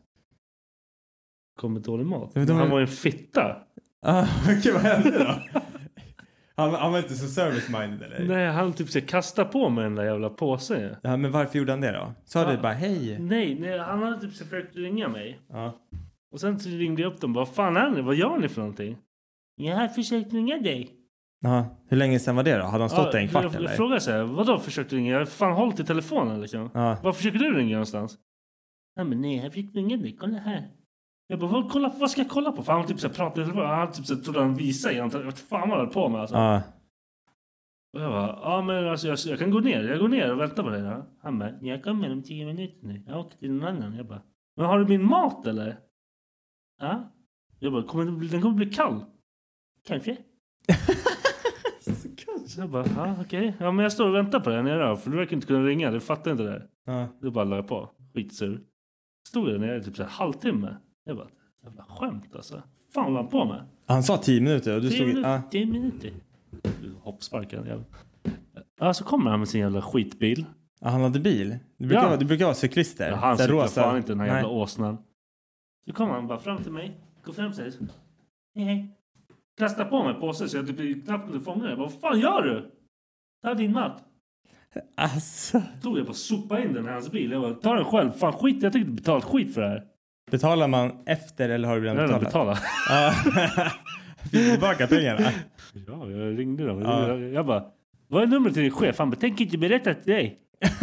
[SPEAKER 8] Kom med dålig mat?
[SPEAKER 9] De,
[SPEAKER 8] han var ju en fitta.
[SPEAKER 9] Ah, okej, vad hände då? han, han var inte så service-minded eller?
[SPEAKER 8] Nej, han typ så kasta på med den där jävla påsen.
[SPEAKER 9] Ja, men varför gjorde han det då? Sa ja. du bara hej?
[SPEAKER 8] Nej, nej, han hade typ så försökt ringa mig.
[SPEAKER 9] Ja.
[SPEAKER 8] Och sen så ringde jag upp dem. Vad fan är ni? Vad gör ni för någonting? Jag har försökt ringa dig.
[SPEAKER 9] Ja, hur länge sedan var det då? Hade han stått ja, där en kvart
[SPEAKER 8] jag,
[SPEAKER 9] eller?
[SPEAKER 8] Jag frågade så här, vadå försökt ringa? Jag har fan hållit i telefonen liksom.
[SPEAKER 9] Ja.
[SPEAKER 8] Vad försöker du ringa någonstans? Ja, men nej, jag fick ringa dig. Kolla här. Jag bara, vad, kolla, vad ska jag kolla på? För han typ så pratade i telefon. Han typ så trodde han visade. Jag vet fan vad jag höll på med alltså.
[SPEAKER 9] Ja.
[SPEAKER 8] Och jag bara, ja men alltså jag, jag kan gå ner. Jag går ner och väntar på dig då. Han bara, jag kommer om tio minuter nu. Jag åker till någon annan. Jag bara, men har du min mat eller? Ja. Jag bara, kommer den, den kommer bli kall? Kanske.
[SPEAKER 9] Kanske.
[SPEAKER 8] Så jag bara, ja okej. Okay. Ja men jag står och väntar på det här nere. För du verkar inte kunna ringa, du fattar inte det.
[SPEAKER 9] Ja.
[SPEAKER 8] Du bara la jag på, skitsur. Stod jag nere i typ så här halvtimme. Jag bara, jävla skämt alltså. Fan var han på med?
[SPEAKER 9] Han sa tio minuter och du
[SPEAKER 8] tio
[SPEAKER 9] stod...
[SPEAKER 8] minuter,
[SPEAKER 9] Ja.
[SPEAKER 8] tio minuter. Hoppsparkaren jävla. Ja så kommer han med sin jävla skitbil.
[SPEAKER 9] Ja, han hade bil. Du brukar,
[SPEAKER 8] Ja.
[SPEAKER 9] vara, du brukar vara cyklister.
[SPEAKER 8] Ja, han
[SPEAKER 9] Så här
[SPEAKER 8] cyklar
[SPEAKER 9] rosa.
[SPEAKER 8] fan inte den här jävla
[SPEAKER 9] Nej.
[SPEAKER 8] åsnan. Så kommer han bara fram till mig. Går fram sig. Hej hej. Kastar på mig påsen så jag typ knappt kunde fånga det. Jag bara, vad fan gör du? Ta din mat.
[SPEAKER 9] Alltså.
[SPEAKER 8] Tog jag på sopa in den i hans bil. Jag bara, ta den själv. Fan skit, jag tänkte betala skit för det här.
[SPEAKER 9] Betalar man efter eller har du redan
[SPEAKER 8] Jag
[SPEAKER 9] betalat?
[SPEAKER 8] betalat.
[SPEAKER 9] Ja. Fick du tillbaka pengarna?
[SPEAKER 8] Ja, jag ringde dem.
[SPEAKER 9] Ja.
[SPEAKER 8] Jag, jag bara, vad är numret till din chef? Han bara, tänk inte berätta till dig.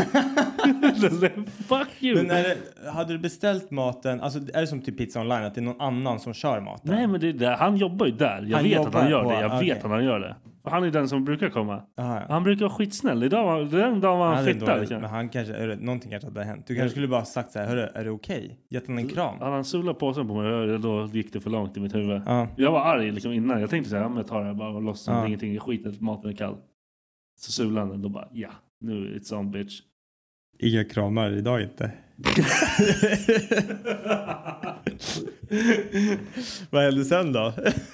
[SPEAKER 8] Fuck you.
[SPEAKER 9] Men är det, hade du beställt maten, alltså är det som typ pizza online att det är någon annan som kör maten?
[SPEAKER 8] Nej men det är där. Han jobbar ju där. Jag
[SPEAKER 9] Han
[SPEAKER 8] vet att
[SPEAKER 9] jobbar
[SPEAKER 8] han gör
[SPEAKER 9] på-
[SPEAKER 8] det. Jag
[SPEAKER 9] okej.
[SPEAKER 8] vet att han gör det. Och han är den som brukar komma.
[SPEAKER 9] Aha, ja.
[SPEAKER 8] Han brukar vara skitsnäll. Idag var, den dagen var han
[SPEAKER 9] Han är
[SPEAKER 8] fitta.
[SPEAKER 9] dålig,
[SPEAKER 8] Liksom.
[SPEAKER 9] men han kanske, är det, någonting kanske hade hänt. Du kanske skulle bara ha sagt så här, hörru, är det okej? Gett honom en kram.
[SPEAKER 8] Han sulade påsen på mig. Då gick det för långt i mitt huvud.
[SPEAKER 9] Ja.
[SPEAKER 8] Jag var arg liksom innan. Jag tänkte så här, ja, men jag tar det här bara och låtsas
[SPEAKER 9] Ja.
[SPEAKER 8] att ingenting är skit. Att maten är kall. Så sulade han den. Då bara, ja. Nu it's on bitch.
[SPEAKER 9] Inga kramar idag inte. Vad hände sen då?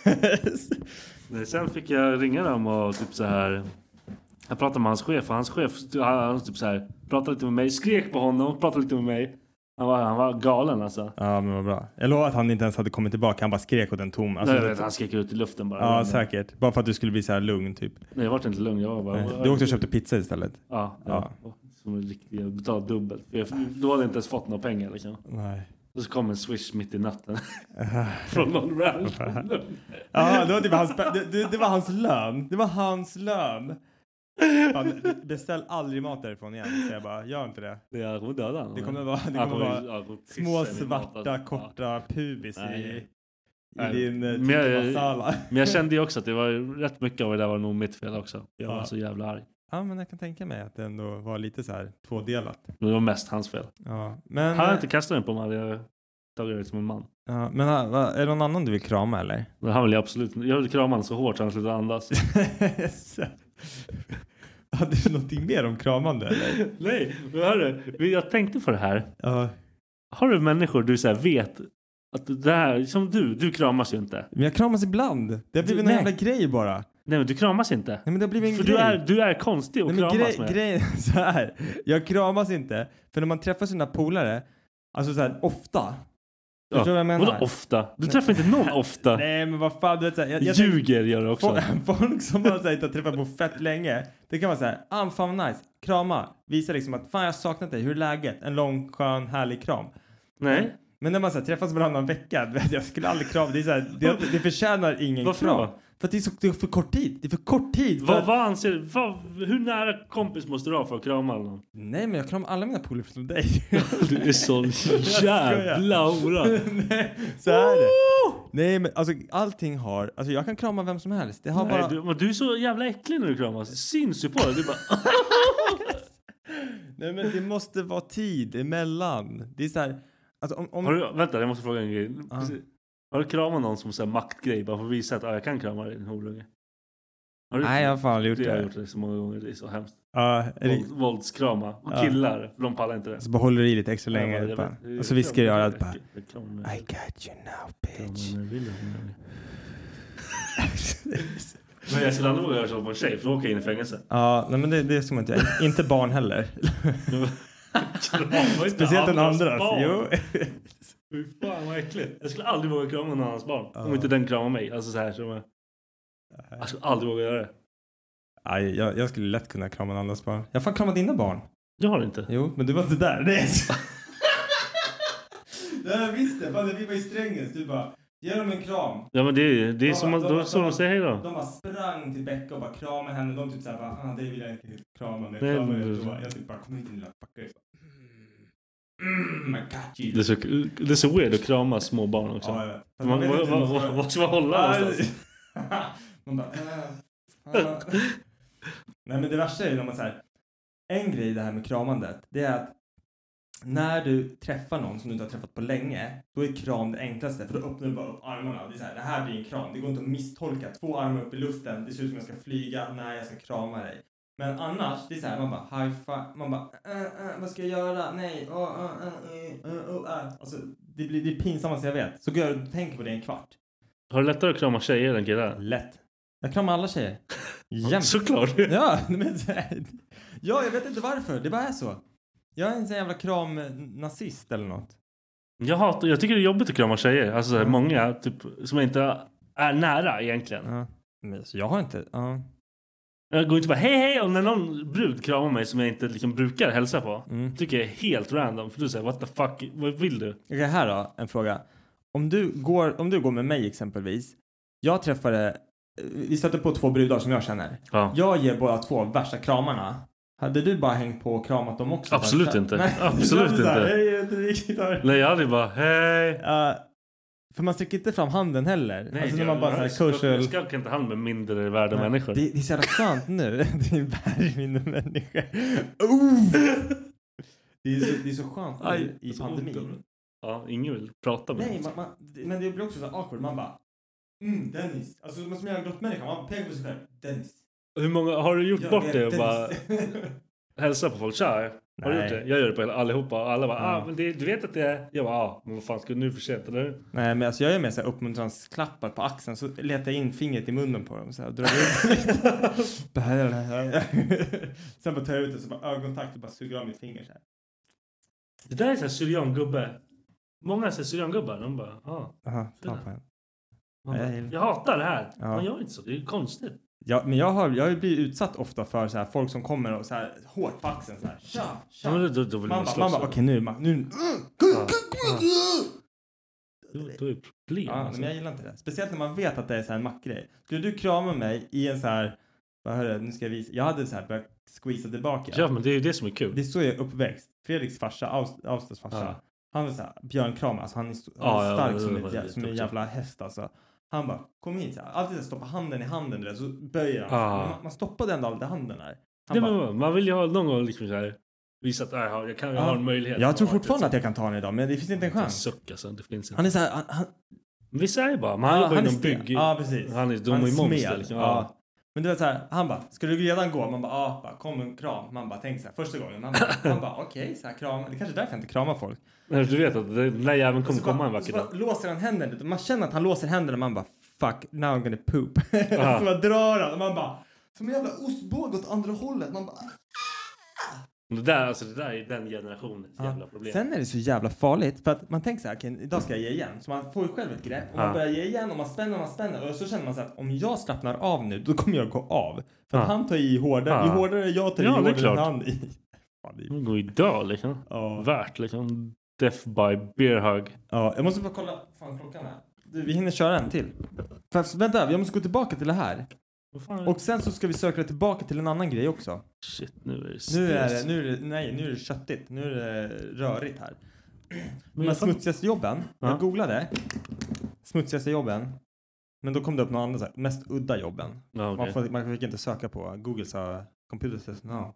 [SPEAKER 8] Nej, sen fick jag ringa dem och typ så här. Jag pratade med hans chef och hans chef han typ så här pratade lite med mig, skrek på honom, pratade lite med mig. Han var han var galen alltså.
[SPEAKER 9] Ja, men vad bra. Jag lovar att han inte ens hade kommit tillbaka. Han bara skrek åt en tom. Alltså,
[SPEAKER 8] Nej, jag
[SPEAKER 9] det-
[SPEAKER 8] vet, han skrek ut i luften bara.
[SPEAKER 9] Ja, säkert. Bara för att du skulle bli så här lugn typ.
[SPEAKER 8] Nej, jag var inte lugn. Jag var bara.
[SPEAKER 9] Nej. Du åkte och köpte pizza istället.
[SPEAKER 8] Ja, ja. Som en riktig, jag betalade dubbelt. Jag, då hade jag inte ens fått några pengar liksom.
[SPEAKER 9] Nej.
[SPEAKER 8] Och så kom en swish mitt i natten. Från någon ranch.
[SPEAKER 9] Ja, det var typ hans, det, det, det var hans lön. Det var hans lön. Fan, beställ aldrig mat därifrån igen. Så jag bara, gör inte det.
[SPEAKER 8] Det är kommer döda.
[SPEAKER 9] Det kommer vara, det kommer vara små svarta korta pubis i, i
[SPEAKER 8] Nej.
[SPEAKER 9] din eh,
[SPEAKER 8] Men jag-
[SPEAKER 9] masala.
[SPEAKER 8] Men jag kände ju också att det var rätt mycket av det där var nog mitt fel också. Jag var
[SPEAKER 9] Ja.
[SPEAKER 8] så jävla arg.
[SPEAKER 9] Ja, men jag kan tänka mig att det ändå var lite så här tvådelat.
[SPEAKER 8] Men det var mest hans fel.
[SPEAKER 9] Ja, men
[SPEAKER 8] Han hade
[SPEAKER 9] eh,
[SPEAKER 8] inte kastat den på mig. Jag tagit det som en man.
[SPEAKER 9] ja, men ha- va, är det någon annan du vill krama eller?
[SPEAKER 8] Men han vill jag absolut. Jag vill krama honom så hårt så han slutar andas.
[SPEAKER 9] Så. Hade du någonting mer om kramande eller?
[SPEAKER 8] Nej, men hörru. Jag tänkte på det här.
[SPEAKER 9] Ja,
[SPEAKER 8] Har du människor du så här vet att det här, som du, du kramas ju inte.
[SPEAKER 9] men jag kramas ibland. Det har blivit en
[SPEAKER 8] Nej.
[SPEAKER 9] jävla grej bara.
[SPEAKER 8] Nej men du kramas inte.
[SPEAKER 9] Nej, men det har blivit en
[SPEAKER 8] För
[SPEAKER 9] grej.
[SPEAKER 8] du är, du är konstig att
[SPEAKER 9] Nej, men
[SPEAKER 8] kramas
[SPEAKER 9] grej,
[SPEAKER 8] med.
[SPEAKER 9] grejen är så här. Jag kramas inte. För när man träffar sina polare, alltså så här ofta.
[SPEAKER 8] Ja.
[SPEAKER 9] Förstår du vad jag menar?
[SPEAKER 8] Vadå ofta? Du träffar inte någon ofta.
[SPEAKER 9] Nej, men vad fan, du vet så här, jag, jag
[SPEAKER 8] Ljuger gör du också.
[SPEAKER 9] Folk, folk som man så här, inte har träffat på fett länge. Det kan vara så här, ah fan vad nice. Krama. Visa liksom att fan jag har saknat dig. Hur är läget? En lång, skön, härlig kram.
[SPEAKER 8] Nej.
[SPEAKER 9] Men när man så här, träffas varannan vecka, du vet, jag skulle aldrig krama. Det är så här, det, det förtjänar ingen
[SPEAKER 8] Varför
[SPEAKER 9] kram.
[SPEAKER 8] då?
[SPEAKER 9] För att det är, så, det är för kort tid. Det är för kort tid. För
[SPEAKER 8] Vad,
[SPEAKER 9] att,
[SPEAKER 8] vad anser du? Vad, hur nära kompis måste du ha för att krama någon?
[SPEAKER 9] nej, men jag kramar alla mina polare förutom dig.
[SPEAKER 8] Du är sån jävla hora.
[SPEAKER 9] Nej, så är det. Nej, men alltså allting har, alltså jag kan krama vem som helst. Det har
[SPEAKER 8] Nej,
[SPEAKER 9] bara...
[SPEAKER 8] du, men du är så jävla äcklig när du kramas. Det syns ju på dig. Du bara...
[SPEAKER 9] Nej, men det måste vara tid emellan. Det är så här, alltså om... om...
[SPEAKER 8] Har du, vänta, jag måste fråga en grej.
[SPEAKER 9] Ja.
[SPEAKER 8] Precis. Har du kramat någon som så här maktgrej bara för att visa att ah, jag kan krama dig, din horunge? Har du
[SPEAKER 9] Nej, jag har fan aldrig gjort
[SPEAKER 8] det. Jag har
[SPEAKER 9] det.
[SPEAKER 8] gjort det så många gånger. Det är så hemskt.
[SPEAKER 9] Ja, är det...
[SPEAKER 8] Våld, våldskrama. Och
[SPEAKER 9] Ja.
[SPEAKER 8] killar, de pallar inte det.
[SPEAKER 9] Så bara håller du i lite extra länge.
[SPEAKER 8] Jag bara,
[SPEAKER 9] bara.
[SPEAKER 8] jag vet-
[SPEAKER 9] Och så viskar jag i örat bara,
[SPEAKER 8] Jag kramar mig.
[SPEAKER 9] I got you now,
[SPEAKER 8] Kramar
[SPEAKER 9] bitch.
[SPEAKER 8] mig, vill jag. Men jag skulle aldrig våga göra så på en tjej, för då åker jag in i fängelse.
[SPEAKER 9] Ja, nej, men det, det ska man inte göra. Inte barn heller. Speciellt den andra. Jo.
[SPEAKER 8] Fy fan vad äckligt. Jag skulle aldrig våga krama någon annans barn.
[SPEAKER 9] Ja.
[SPEAKER 8] Om inte den kramar mig. Alltså så här som jag... Jag skulle aldrig våga göra det.
[SPEAKER 9] Aj, jag, jag skulle lätt kunna krama en annans barn. Jag har fan kramat dina barn.
[SPEAKER 8] Jag har det inte.
[SPEAKER 9] Jo, men du var inte där. Det är så. Nej, jag visste. Fan, vi var i Strängnäs. Du bara, ge dem en kram.
[SPEAKER 8] Ja men det är, det är
[SPEAKER 9] De
[SPEAKER 8] som
[SPEAKER 9] bara-
[SPEAKER 8] att
[SPEAKER 9] de
[SPEAKER 8] då
[SPEAKER 9] bara-
[SPEAKER 8] så de säger hej då.
[SPEAKER 9] De bara sprang till Becka och bara kramade henne. De typ såhär bara, ah, det vill jag inte krama. Men
[SPEAKER 8] Nej,
[SPEAKER 9] krama
[SPEAKER 8] men-
[SPEAKER 9] jag, bara, jag typ bara, kom hit din lilla fuckare. Mm, I got you.
[SPEAKER 8] Det är så, det är så weird att krama små barn också.
[SPEAKER 9] Ja, jag vet. Fast
[SPEAKER 8] Man,
[SPEAKER 9] vet
[SPEAKER 8] vad,
[SPEAKER 9] inte
[SPEAKER 8] vad,
[SPEAKER 9] hur man
[SPEAKER 8] vad,
[SPEAKER 9] ska-
[SPEAKER 8] vad ska man hålla någonstans?
[SPEAKER 9] Man bara, äh, äh. Nej, men det värsta är ju när man så här, en grej i det här med kramandet, det är att när du träffar någon som du inte har träffat på länge, då är kram det enklaste. För då öppnar du bara upp armarna. Det är så här, det här blir en kram. Det går inte att misstolka. Två armar upp i luften. Det ser ut som jag ska flyga när jag ska krama dig. Men annars, det är så här, man bara high five. Man bara, äh, äh, vad ska jag göra? Nej, åh, oh, uh, uh, uh, uh, uh. Alltså, det blir det pinsammaste jag vet. Så går jag och tänker på det en kvart.
[SPEAKER 8] Har du lättare att krama tjejer än killar?
[SPEAKER 9] Lätt. Jag kramar alla tjejer. Jämt.
[SPEAKER 8] Såklart.
[SPEAKER 9] Ja, men, ja, jag vet inte varför. Det bara är så. Jag är en sån jävla kram-nazist eller något.
[SPEAKER 8] Jag hatar, jag tycker det är jobbigt att krama tjejer. Alltså mm. många typ, som inte är nära egentligen.
[SPEAKER 9] Ja. Men jag har inte... Uh.
[SPEAKER 8] Jag går inte bara hej hej. Och när någon brud kramar mig som jag inte liksom brukar hälsa på. Mm. Tycker jag är helt random. För du säger, what the fuck, vad vill du?
[SPEAKER 9] Okej, okay, här då, en fråga. Om du går, om du går med mig exempelvis. Jag träffade... Vi stötte på två brudar som jag känner. Ja. Jag ger båda två värsta kramarna. Hade du bara hängt på och kramat dem också?
[SPEAKER 8] Absolut inte. Nej, absolut inte. Här, hej, Nej, jag hade bara hej. Uh,
[SPEAKER 9] för man sträcker inte fram handen heller.
[SPEAKER 8] Nej,
[SPEAKER 9] alltså,
[SPEAKER 8] jag,
[SPEAKER 9] när man bara
[SPEAKER 8] jag,
[SPEAKER 9] så här,
[SPEAKER 8] jag, jag skakar inte hand med mindre värda Nej, människor.
[SPEAKER 9] Det, det är så jävla skönt nu. Det är värre mindre människor. Oh! Det är så, det är så skönt nu Aj, i pandemin. Ont.
[SPEAKER 8] Ja, ingen vill prata med
[SPEAKER 9] Nej, man, man, men det blir också så awkward. Man bara, mm, Dennis. Alltså man som är en grottmänniska. Man pekar på sig själv. Dennis.
[SPEAKER 8] Hur många har du gjort jag bort det och bara hälsa på folk? Tja, har du gjort det? Jag gör det på allihopa och alla bara, ja. ah, men det, du vet att det är... Jag bara, ah, men vad fan ska du nu för sent, eller?
[SPEAKER 9] Nej, men alltså jag gör med så här uppmuntransklappar på axeln så letar jag in fingret i munnen på dem så här, och drar ut. Sen bara tar jag ut det så bara ögonkontakt och bara suger av mitt finger så här.
[SPEAKER 8] Det där är så här syriangubbe. Många säger syriangubbar, de bara, ah.
[SPEAKER 9] Aha, ta på en.
[SPEAKER 8] Jag, jag hatar det här. Ja. Man gör inte så, det är konstigt.
[SPEAKER 9] Ja, men jag har jag har blivit utsatt ofta för så här folk som kommer och så här hårt på axeln så här. Tja, tja.
[SPEAKER 8] Ja, men då, då vill man
[SPEAKER 9] bara, man bara okej nu man nu.
[SPEAKER 8] Ja, ja. Då, då är det problem.
[SPEAKER 9] Ja, alltså. Men jag gillar inte det. Speciellt när man vet att det är så här en mackgrej. Skulle du krama mig i en så här vad hör det, nu ska jag visa. Jag hade så här börjat squeeza tillbaka.
[SPEAKER 8] Ja, men det är ju det som är kul.
[SPEAKER 9] Det är så jag är uppväxt. Fredriks farsa, Aust, Austas farsa. Ja. Han var så här björnkram, alltså han är, st-
[SPEAKER 8] ja,
[SPEAKER 9] han är stark
[SPEAKER 8] ja,
[SPEAKER 9] som,
[SPEAKER 8] ja,
[SPEAKER 9] ett, som en jävla häst alltså. Han bara, kom hit så här. Alltid så stoppa handen i handen där, så böjer han. Ah. Man, man stoppade ändå alltid handen där.
[SPEAKER 8] Det bara, man, man vill ju ha någon gång liksom så här visa att jag, jag, kan, jag ah. har en möjlighet.
[SPEAKER 9] Jag tror fortfarande att jag kan ta den idag, men det finns inte en chans.
[SPEAKER 8] Suck, alltså, det finns inte.
[SPEAKER 9] Han är så här, han, han...
[SPEAKER 8] Vissa är bara, man ah, jobbar inom bygg.
[SPEAKER 9] Ja, precis.
[SPEAKER 8] Han är, de han är monster liksom. Ja.
[SPEAKER 9] Ja. Men du vet så här, han bara, ska du redan gå? Man bara, ja, bara, kom en kram. Man bara, tänk så här, första gången. Man bara, man bara okej, okay, så här kram. Det är kanske är därför jag inte kramar folk.
[SPEAKER 8] Nej, du vet att den där jäveln kommer komma en vacker dag.
[SPEAKER 9] Så låser han händerna. Man känner att han låser händerna. Man bara, fuck, now I'm gonna poop. Så man drar han. Och man bara, som en jävla ostbåg åt andra hållet. Man bara...
[SPEAKER 8] Det där, alltså det där är den generationens
[SPEAKER 9] ja.
[SPEAKER 8] jävla problem.
[SPEAKER 9] Sen är det så jävla farligt. För att man tänker så här, okay, idag ska jag ge igen. Så man får ju själv ett grepp. Och ja. man börjar ge igen och man spänner och man spänner. Och så känner man så att om jag slappnar av nu, då kommer jag gå av. För att ja. han tar i hårdare. Ja. Ju hårdare jag tar i, ja, hårdare han i. Fan, det är...
[SPEAKER 8] går i död liksom. Ja. Värt liksom. Death by beer hug.
[SPEAKER 9] Ja, jag måste bara kolla. Fan, klockan är. Du, vi hinner köra en till. Fast, vänta, jag måste gå tillbaka till det här. Och sen så ska vi söka tillbaka till en annan grej också.
[SPEAKER 8] Shit, nu är det
[SPEAKER 9] nu är det, nu är det, nej, nu är det köttigt. Nu är det rörigt här. Men de smutsigaste jobben, ja. jag googlade smutsigaste jobben. Men då kom det upp några andra så här, mest udda jobben. Ja, okay. man, får, man fick inte söka på. Google sa computer says no.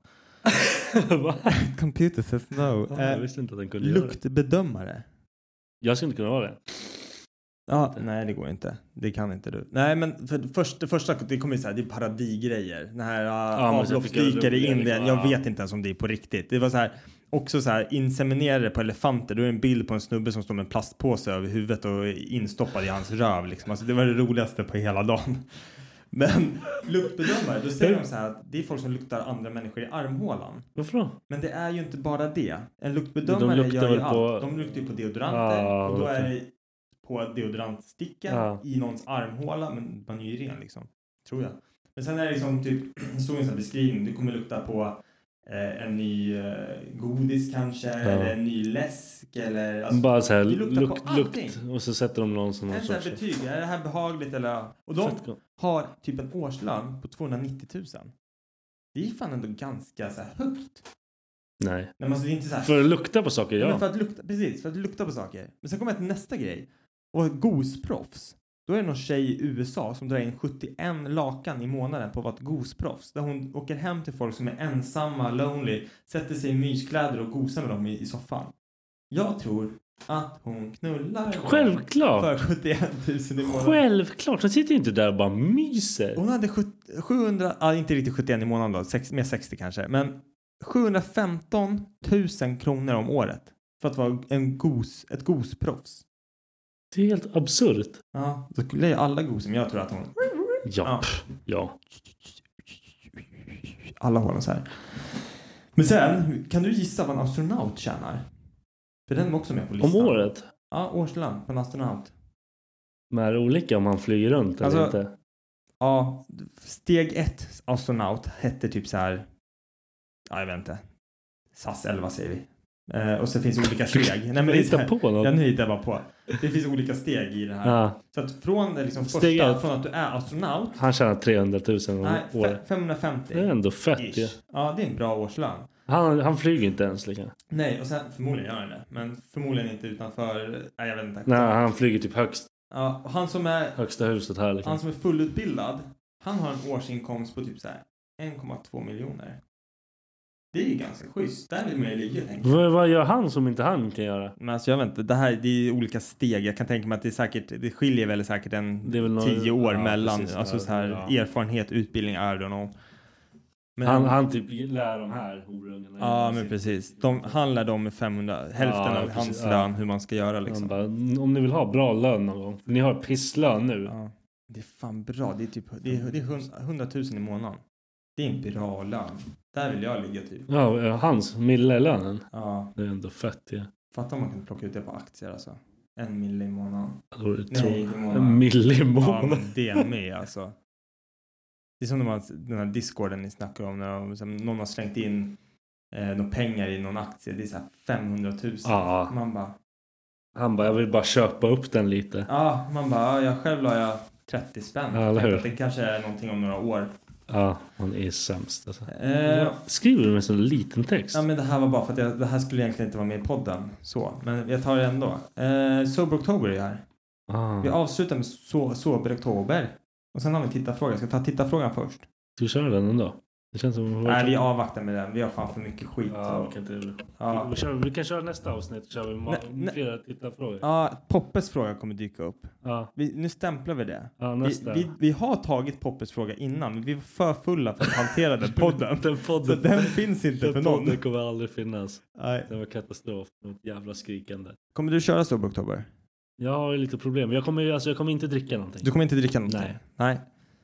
[SPEAKER 9] Computer says no.
[SPEAKER 8] Ja, jag visste inte att den kunde
[SPEAKER 9] luktbedömare.
[SPEAKER 8] Göra det. Jag skulle inte kunna vara det.
[SPEAKER 9] Ja, nej det går inte. Det kan inte du. Nej, men för först, det första det kommer ju så här, det är paradigrejer. Den här ja, avloppsdykare i Indien. Jag vet inte ens om det är på riktigt. Det var så här också så här inseminerade på elefanter. Då är det en bild på en snubbe som står med en plastpåse över huvudet och instoppad i hans röv liksom. Alltså det var det roligaste på hela dagen. Men luktbedömare, då säger de så här att det är folk som luktar andra människor i armhålan.
[SPEAKER 8] Varför då?
[SPEAKER 9] Men det är ju inte bara det. En luktbedömare de gör ju allt. På... De luktar ju på deodoranter ah, och då är det på deodorantsticken ja. i någons armhåla, men man är ju ren liksom, tror jag. Men sen är det liksom typ så en sån beskrivning, du kommer lukta på eh, en ny eh, godis kanske, ja. eller en ny läsk eller alltså,
[SPEAKER 8] bara så här lukt, lukt och så sätter de någon som någon
[SPEAKER 9] sorts betyg, är det här behagligt eller och de har typ en årslön på tvåhundranittio tusen. Det är fan ändå ganska så här högt.
[SPEAKER 8] Nej.
[SPEAKER 9] Men alltså, det är inte så här,
[SPEAKER 8] för att lukta på saker, ja.
[SPEAKER 9] Men för att lukta, precis, för att lukta på saker. Men sen kommer jag till nästa grej. Och gosproffs. Då är det någon tjej i U S A som drar in sjuttioen lakan i månaden på att vara ett gosproffs. Där hon åker hem till folk som är ensamma, lonely, sätter sig i myskläder och gosar med dem i, i soffan. Jag tror att hon knullar.
[SPEAKER 8] Självklart.
[SPEAKER 9] För sjuttioen tusen i månaden.
[SPEAKER 8] Självklart. Hon sitter inte där och bara myser.
[SPEAKER 9] Hon hade sjuhundra, ja inte riktigt sjuttioen i månaden då, sex, mer sextio kanske. Men sjuhundrafemton tusen kronor om året. För att vara en gos, ett gosproffs.
[SPEAKER 8] Det är helt absurt.
[SPEAKER 9] Ja, då skulle ju alla gos, men jag tror att hon...
[SPEAKER 8] Ja, ja.
[SPEAKER 9] Alla håller så här. Men sen, kan du gissa vad en astronaut tjänar? För den var också med på listan.
[SPEAKER 8] Om året?
[SPEAKER 9] Ja, årslön på en astronaut.
[SPEAKER 8] Men är det olika om han flyger runt eller
[SPEAKER 9] Alltså,
[SPEAKER 8] inte?
[SPEAKER 9] Ja, steg ett astronaut hette typ så här... Ja, jag vet inte. S A S elva säger vi. Eh, och så finns olika steg. Nej, men det är så här,
[SPEAKER 8] på något.
[SPEAKER 9] ja, nu hittar jag bara på. Det finns olika steg i det här.
[SPEAKER 8] Ja.
[SPEAKER 9] Så att från liksom
[SPEAKER 8] Steg
[SPEAKER 9] första,
[SPEAKER 8] ett.
[SPEAKER 9] från att du är astronaut.
[SPEAKER 8] Han tjänar trehundratusen om
[SPEAKER 9] Nej,
[SPEAKER 8] året.
[SPEAKER 9] femhundrafemtio.
[SPEAKER 8] Det är ändå fett ju.
[SPEAKER 9] Ja. ja, det är en bra årslön.
[SPEAKER 8] Han, han flyger inte ens lika.
[SPEAKER 9] Nej, och sen förmodligen gör han det. Men förmodligen inte utanför... Nej, jag vet inte.
[SPEAKER 8] Nej, han flyger typ högst.
[SPEAKER 9] Ja, och han som är...
[SPEAKER 8] Högsta huset här liksom.
[SPEAKER 9] Han som är fullutbildad. Han har en årsinkomst på typ så här en komma två miljoner. Det är ju ganska schysst. Där vill man ju ligga, tänker jag.
[SPEAKER 8] Vad, vad gör han som inte han kan göra?
[SPEAKER 9] Men alltså jag vet inte, det här det är olika steg. Jag kan tänka mig att det är säkert, det skiljer väl säkert en
[SPEAKER 8] Det är väl någon-
[SPEAKER 9] tio år
[SPEAKER 8] ja,
[SPEAKER 9] mellan,
[SPEAKER 8] precis,
[SPEAKER 9] alltså
[SPEAKER 8] ja,
[SPEAKER 9] så här
[SPEAKER 8] ja.
[SPEAKER 9] erfarenhet, utbildning, I don't know. Men
[SPEAKER 8] Han, han typ lär de här horungarna.
[SPEAKER 9] ja, men precis. De, han lär dem med femhundra, hälften
[SPEAKER 8] Ja,
[SPEAKER 9] av
[SPEAKER 8] precis,
[SPEAKER 9] hans
[SPEAKER 8] ja.
[SPEAKER 9] lön, hur man ska göra
[SPEAKER 8] Han
[SPEAKER 9] liksom.
[SPEAKER 8] bara, om ni vill ha bra lön någon gång. För ni har pisslön nu.
[SPEAKER 9] Ja. Det är fan bra. Det är typ det är, det är hundratusen i månaden. Det är en bra lön. Där vill jag ligga typ.
[SPEAKER 8] Ja, hans mille-lönen.
[SPEAKER 9] Ja.
[SPEAKER 8] Det är ändå fett, ja.
[SPEAKER 9] Fattar om man kan plocka ut det på aktier alltså. En mille i månaden.
[SPEAKER 8] Då är det
[SPEAKER 9] Nej, i
[SPEAKER 8] tro-
[SPEAKER 9] månaden.
[SPEAKER 8] en mille i
[SPEAKER 9] Ja,
[SPEAKER 8] månaden.
[SPEAKER 9] men det är med alltså. Det är som när man, den här discorden ni snackar om. När de, som någon har slängt in eh, några pengar i någon aktie. Det är så här femhundratusen.
[SPEAKER 8] Ja.
[SPEAKER 9] Man bara...
[SPEAKER 8] Han bara, jag vill bara köpa upp den lite.
[SPEAKER 9] Ja, man bara, ja, jag själv la jag trettio spänn.
[SPEAKER 8] Ja, eller hur?
[SPEAKER 9] Det kanske är någonting om några år.
[SPEAKER 8] Ja, han är sämst alltså.
[SPEAKER 9] Eh,
[SPEAKER 8] Skriver du med så liten text?
[SPEAKER 9] Ja, men det här var bara för att jag, det här skulle egentligen inte vara med i podden. Så, men jag tar det ändå. Eh, Sober Oktober är här.
[SPEAKER 8] Ah.
[SPEAKER 9] Vi avslutar med so- Sober Oktober. Och sen har vi tittarfråga. Jag ska ta tittarfrågan först.
[SPEAKER 8] Du kör den ändå? Det känns som...
[SPEAKER 9] Nej, vi avvaktar med den. Vi har fan för mycket skit.
[SPEAKER 8] Ja, vi kan inte...
[SPEAKER 9] Ja.
[SPEAKER 8] Vi, kör, vi kan köra nästa avsnitt. Kör vi ma-
[SPEAKER 9] Nej, nej.
[SPEAKER 8] flera tittarfrågor.
[SPEAKER 9] Ja, Poppes fråga kommer dyka upp.
[SPEAKER 8] Ja.
[SPEAKER 9] Vi, nu stämplar vi det.
[SPEAKER 8] Ja,
[SPEAKER 9] Vi,
[SPEAKER 8] nästa.
[SPEAKER 9] vi, vi har tagit Poppes fråga innan, men vi var för fulla för att hantera den podden.
[SPEAKER 8] Den podden,
[SPEAKER 9] Så den finns inte
[SPEAKER 8] den
[SPEAKER 9] för någon.
[SPEAKER 8] podden kommer aldrig finnas.
[SPEAKER 9] Nej.
[SPEAKER 8] Det var katastrof. Något jävla skrikande.
[SPEAKER 9] Kommer du köra Sober Oktober?
[SPEAKER 8] Jag har ju lite problem. Jag kommer, alltså, jag kommer inte dricka någonting.
[SPEAKER 9] Du kommer inte dricka någonting?
[SPEAKER 8] Nej.
[SPEAKER 9] Nej.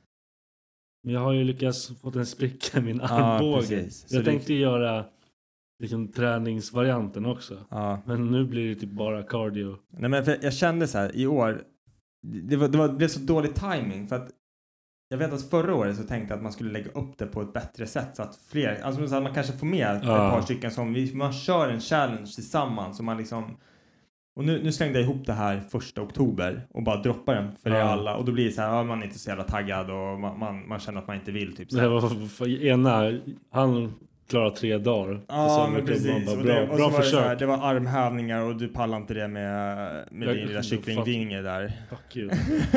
[SPEAKER 8] Men jag har ju lyckats få en spricka i min
[SPEAKER 9] Ja,
[SPEAKER 8] armbåge.
[SPEAKER 9] precis. Så
[SPEAKER 8] Jag
[SPEAKER 9] det-
[SPEAKER 8] tänkte göra liksom träningsvarianten också.
[SPEAKER 9] Ja.
[SPEAKER 8] Men nu blir det typ bara cardio.
[SPEAKER 9] Nej, men för jag kände så här i år, det, var, det, var, det blev så dålig timing för att jag vet att förra året så tänkte jag att man skulle lägga upp det på ett bättre sätt så att fler, alltså så att man kanske får med ett
[SPEAKER 8] Ja.
[SPEAKER 9] par stycken som vi, man kör en challenge tillsammans och man liksom, och nu, nu slängde jag ihop det här första oktober och bara droppar den för
[SPEAKER 8] Ja.
[SPEAKER 9] er alla och då blir det så här, ja, man är inte så jävla taggad och man, man, man känner att man inte vill typ så
[SPEAKER 8] Det
[SPEAKER 9] här.
[SPEAKER 8] här var för, för ena, han klarar tre dagar.
[SPEAKER 9] Ja,
[SPEAKER 8] så
[SPEAKER 9] men
[SPEAKER 8] mycket man
[SPEAKER 9] precis.
[SPEAKER 8] bara,
[SPEAKER 9] Och
[SPEAKER 8] bra
[SPEAKER 9] det, och
[SPEAKER 8] bra
[SPEAKER 9] så var det, så här,
[SPEAKER 8] försök.
[SPEAKER 9] det var armhävningar och du pallar inte det med, med
[SPEAKER 8] Jag-
[SPEAKER 9] din lilla
[SPEAKER 8] fuck.
[SPEAKER 9] kycklingvinge där.
[SPEAKER 8] Fuck you.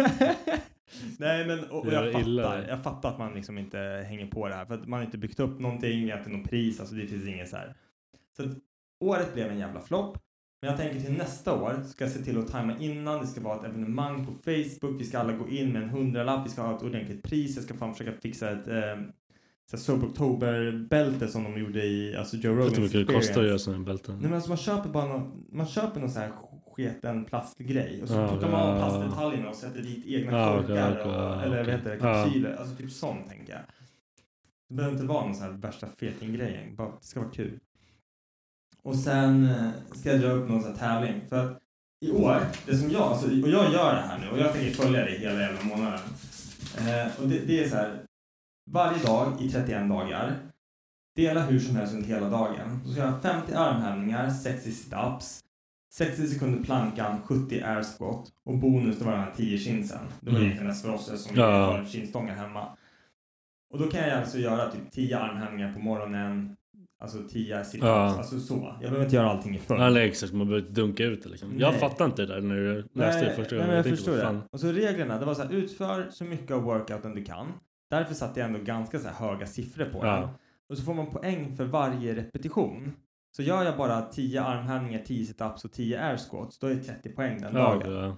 [SPEAKER 9] Nej, men och, och
[SPEAKER 8] Det
[SPEAKER 9] jag
[SPEAKER 8] är
[SPEAKER 9] fattar.
[SPEAKER 8] illa.
[SPEAKER 9] Jag fattar att man liksom inte hänger på det här. För att man har inte byggt upp någonting, vi har inte någon pris. Alltså det finns inget så här. Så att året blev en jävla flopp. Men jag tänker till nästa år ska jag se till att tajma innan. Det ska vara ett evenemang på Facebook. Vi ska alla gå in med en hundralapp. Vi ska ha ett ordentligt pris. Jag ska fan försöka fixa ett eh, så Sober Oktober-bälte som de gjorde i alltså Joe Rogan's
[SPEAKER 8] Vet du hur mycket det
[SPEAKER 9] Experience.
[SPEAKER 8] kostar att göra sån här bälten?
[SPEAKER 9] Nej, men alltså man köper bara någon, man köper någon sån här sketen plastgrej och så
[SPEAKER 8] Ja,
[SPEAKER 9] plockar man av
[SPEAKER 8] ja.
[SPEAKER 9] plastdetaljerna och sätter dit egna
[SPEAKER 8] Ja,
[SPEAKER 9] korkar
[SPEAKER 8] okej, okej,
[SPEAKER 9] och, eller vad
[SPEAKER 8] okej.
[SPEAKER 9] heter det,
[SPEAKER 8] Ja.
[SPEAKER 9] kapsyler, alltså typ sånt tänker jag. Det behöver inte vara någon sån här värsta feting-grejen, bara det ska vara kul. Och sen eh, ska jag dra upp någon sån här tävling för att i år, det som jag, alltså, och jag gör det här nu och jag tänker följa det hela jävla månaden. Eh, och det, det är så här, varje dag i trettioen dagar dela hur som helst under hela dagen. Så ska jag ha femtio armhävningar, sextio sit-ups, sextio sekunder plankan, sjuttio air squat och bonus det var den här tio chinsen. Det var
[SPEAKER 8] Mm.
[SPEAKER 9] egentligen mest för oss som
[SPEAKER 8] Ja.
[SPEAKER 9] har kinstångar hemma. Och då kan jag alltså göra typ tio armhävningar på morgonen, alltså tio sit-ups,
[SPEAKER 8] Ja.
[SPEAKER 9] alltså så. Jag behöver inte göra allting i följd.
[SPEAKER 8] Ja, nej, exakt. Man behöver dunka ut det liksom. Jag
[SPEAKER 9] Nej.
[SPEAKER 8] fattar inte det där när du läste
[SPEAKER 9] Nej,
[SPEAKER 8] det första
[SPEAKER 9] nej,
[SPEAKER 8] gången.
[SPEAKER 9] men jag
[SPEAKER 8] tänkte,
[SPEAKER 9] förstår
[SPEAKER 8] vad
[SPEAKER 9] det.
[SPEAKER 8] fan.
[SPEAKER 9] Och så reglerna, det var så här, utför så mycket av workouten du kan. Därför satte jag ändå ganska så här höga siffror på
[SPEAKER 8] Ja.
[SPEAKER 9] den. Och så får man poäng för varje repetition. Så gör jag bara tio armhävningar, tio sit-ups och tio air squats, då är det trettio poäng den
[SPEAKER 8] Ja,
[SPEAKER 9] dagen.
[SPEAKER 8] ja.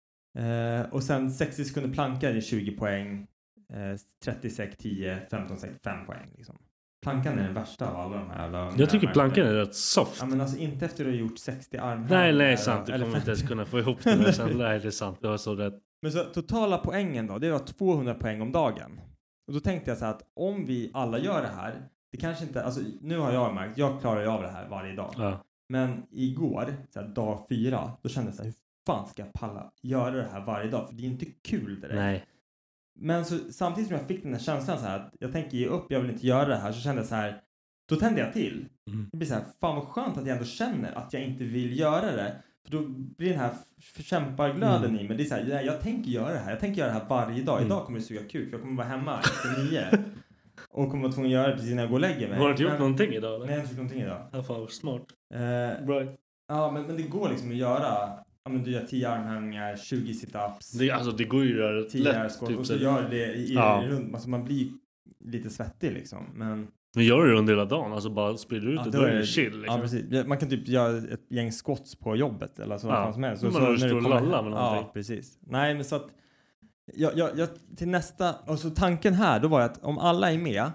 [SPEAKER 9] Eh, och sen sextio sekunder planka är tjugo poäng. Eh, trettio sek tio, femton sek fem poäng liksom. Plankan är den värsta av alla de här. Alla de
[SPEAKER 8] Jag tycker
[SPEAKER 9] här
[SPEAKER 8] plankan är rätt soft.
[SPEAKER 9] Ja, men alltså inte efter att du har gjort sextio armhävningar.
[SPEAKER 8] Nej, nej, sant. Du
[SPEAKER 9] eller
[SPEAKER 8] kommer inte ens
[SPEAKER 9] femtio.
[SPEAKER 8] kunna få ihop det. Sen, nej, det är sant. Du har så rätt.
[SPEAKER 9] Men så totala poängen då, det var tvåhundra poäng om dagen. Och då tänkte jag så här att om vi alla gör det här, det kanske inte, alltså nu har jag märkt, jag klarar ju av det här varje dag.
[SPEAKER 8] Ja.
[SPEAKER 9] Men igår, så här, dag fyra, då kände jag så här, hur fan ska jag palla göra det här varje dag? För det är inte kul direkt.
[SPEAKER 8] Nej.
[SPEAKER 9] Men så, samtidigt som jag fick den här känslan så här, att jag tänker ge upp, jag vill inte göra det här, så kände jag så här, då tände jag till.
[SPEAKER 8] Mm.
[SPEAKER 9] Det blir så här, fan vad skönt att jag ändå känner att jag inte vill göra det. För då blir den här förkämparglöden
[SPEAKER 8] Mm.
[SPEAKER 9] i mig. Det är så här, jag, jag tänker göra det här. Jag tänker göra det här varje dag.
[SPEAKER 8] Mm.
[SPEAKER 9] Idag kommer det suga kuk, för jag kommer vara hemma efter nio. Och kommer vara tvungen att göra det precis när jag går och lägger mig.
[SPEAKER 8] Har du inte gjort
[SPEAKER 9] Men-
[SPEAKER 8] någonting idag eller?
[SPEAKER 9] Nej, jag har inte gjort någonting idag.
[SPEAKER 8] Ja, fan vad smart.
[SPEAKER 9] Eh,
[SPEAKER 8] Bra.
[SPEAKER 9] ja, men, men det går liksom att göra. Ja, men du gör tio armhävningar, tjugo sit-ups,
[SPEAKER 8] Det, alltså, det går ju att göra rätt
[SPEAKER 9] tio air
[SPEAKER 8] lätt.
[SPEAKER 9] squats.
[SPEAKER 8] Typ,
[SPEAKER 9] och så
[SPEAKER 8] så.
[SPEAKER 9] gör du det i, i
[SPEAKER 8] Ja.
[SPEAKER 9] runt. Alltså man blir lite svettig liksom. Men
[SPEAKER 8] Men gör du det under hela dagen? Alltså bara sprider ut
[SPEAKER 9] ja,
[SPEAKER 8] det. Då är det chill liksom.
[SPEAKER 9] Ja, precis. Man kan typ göra ett gäng squats på jobbet eller så vad
[SPEAKER 8] Ja.
[SPEAKER 9] fan som helst.
[SPEAKER 8] Men
[SPEAKER 9] så,
[SPEAKER 8] när
[SPEAKER 9] så
[SPEAKER 8] du står och
[SPEAKER 9] kommer
[SPEAKER 8] lallar
[SPEAKER 9] hem-
[SPEAKER 8] med
[SPEAKER 9] Ja,
[SPEAKER 8] någonting.
[SPEAKER 9] precis. Nej, men så att jag, jag, jag, till nästa, och så tanken här då var att om alla är med,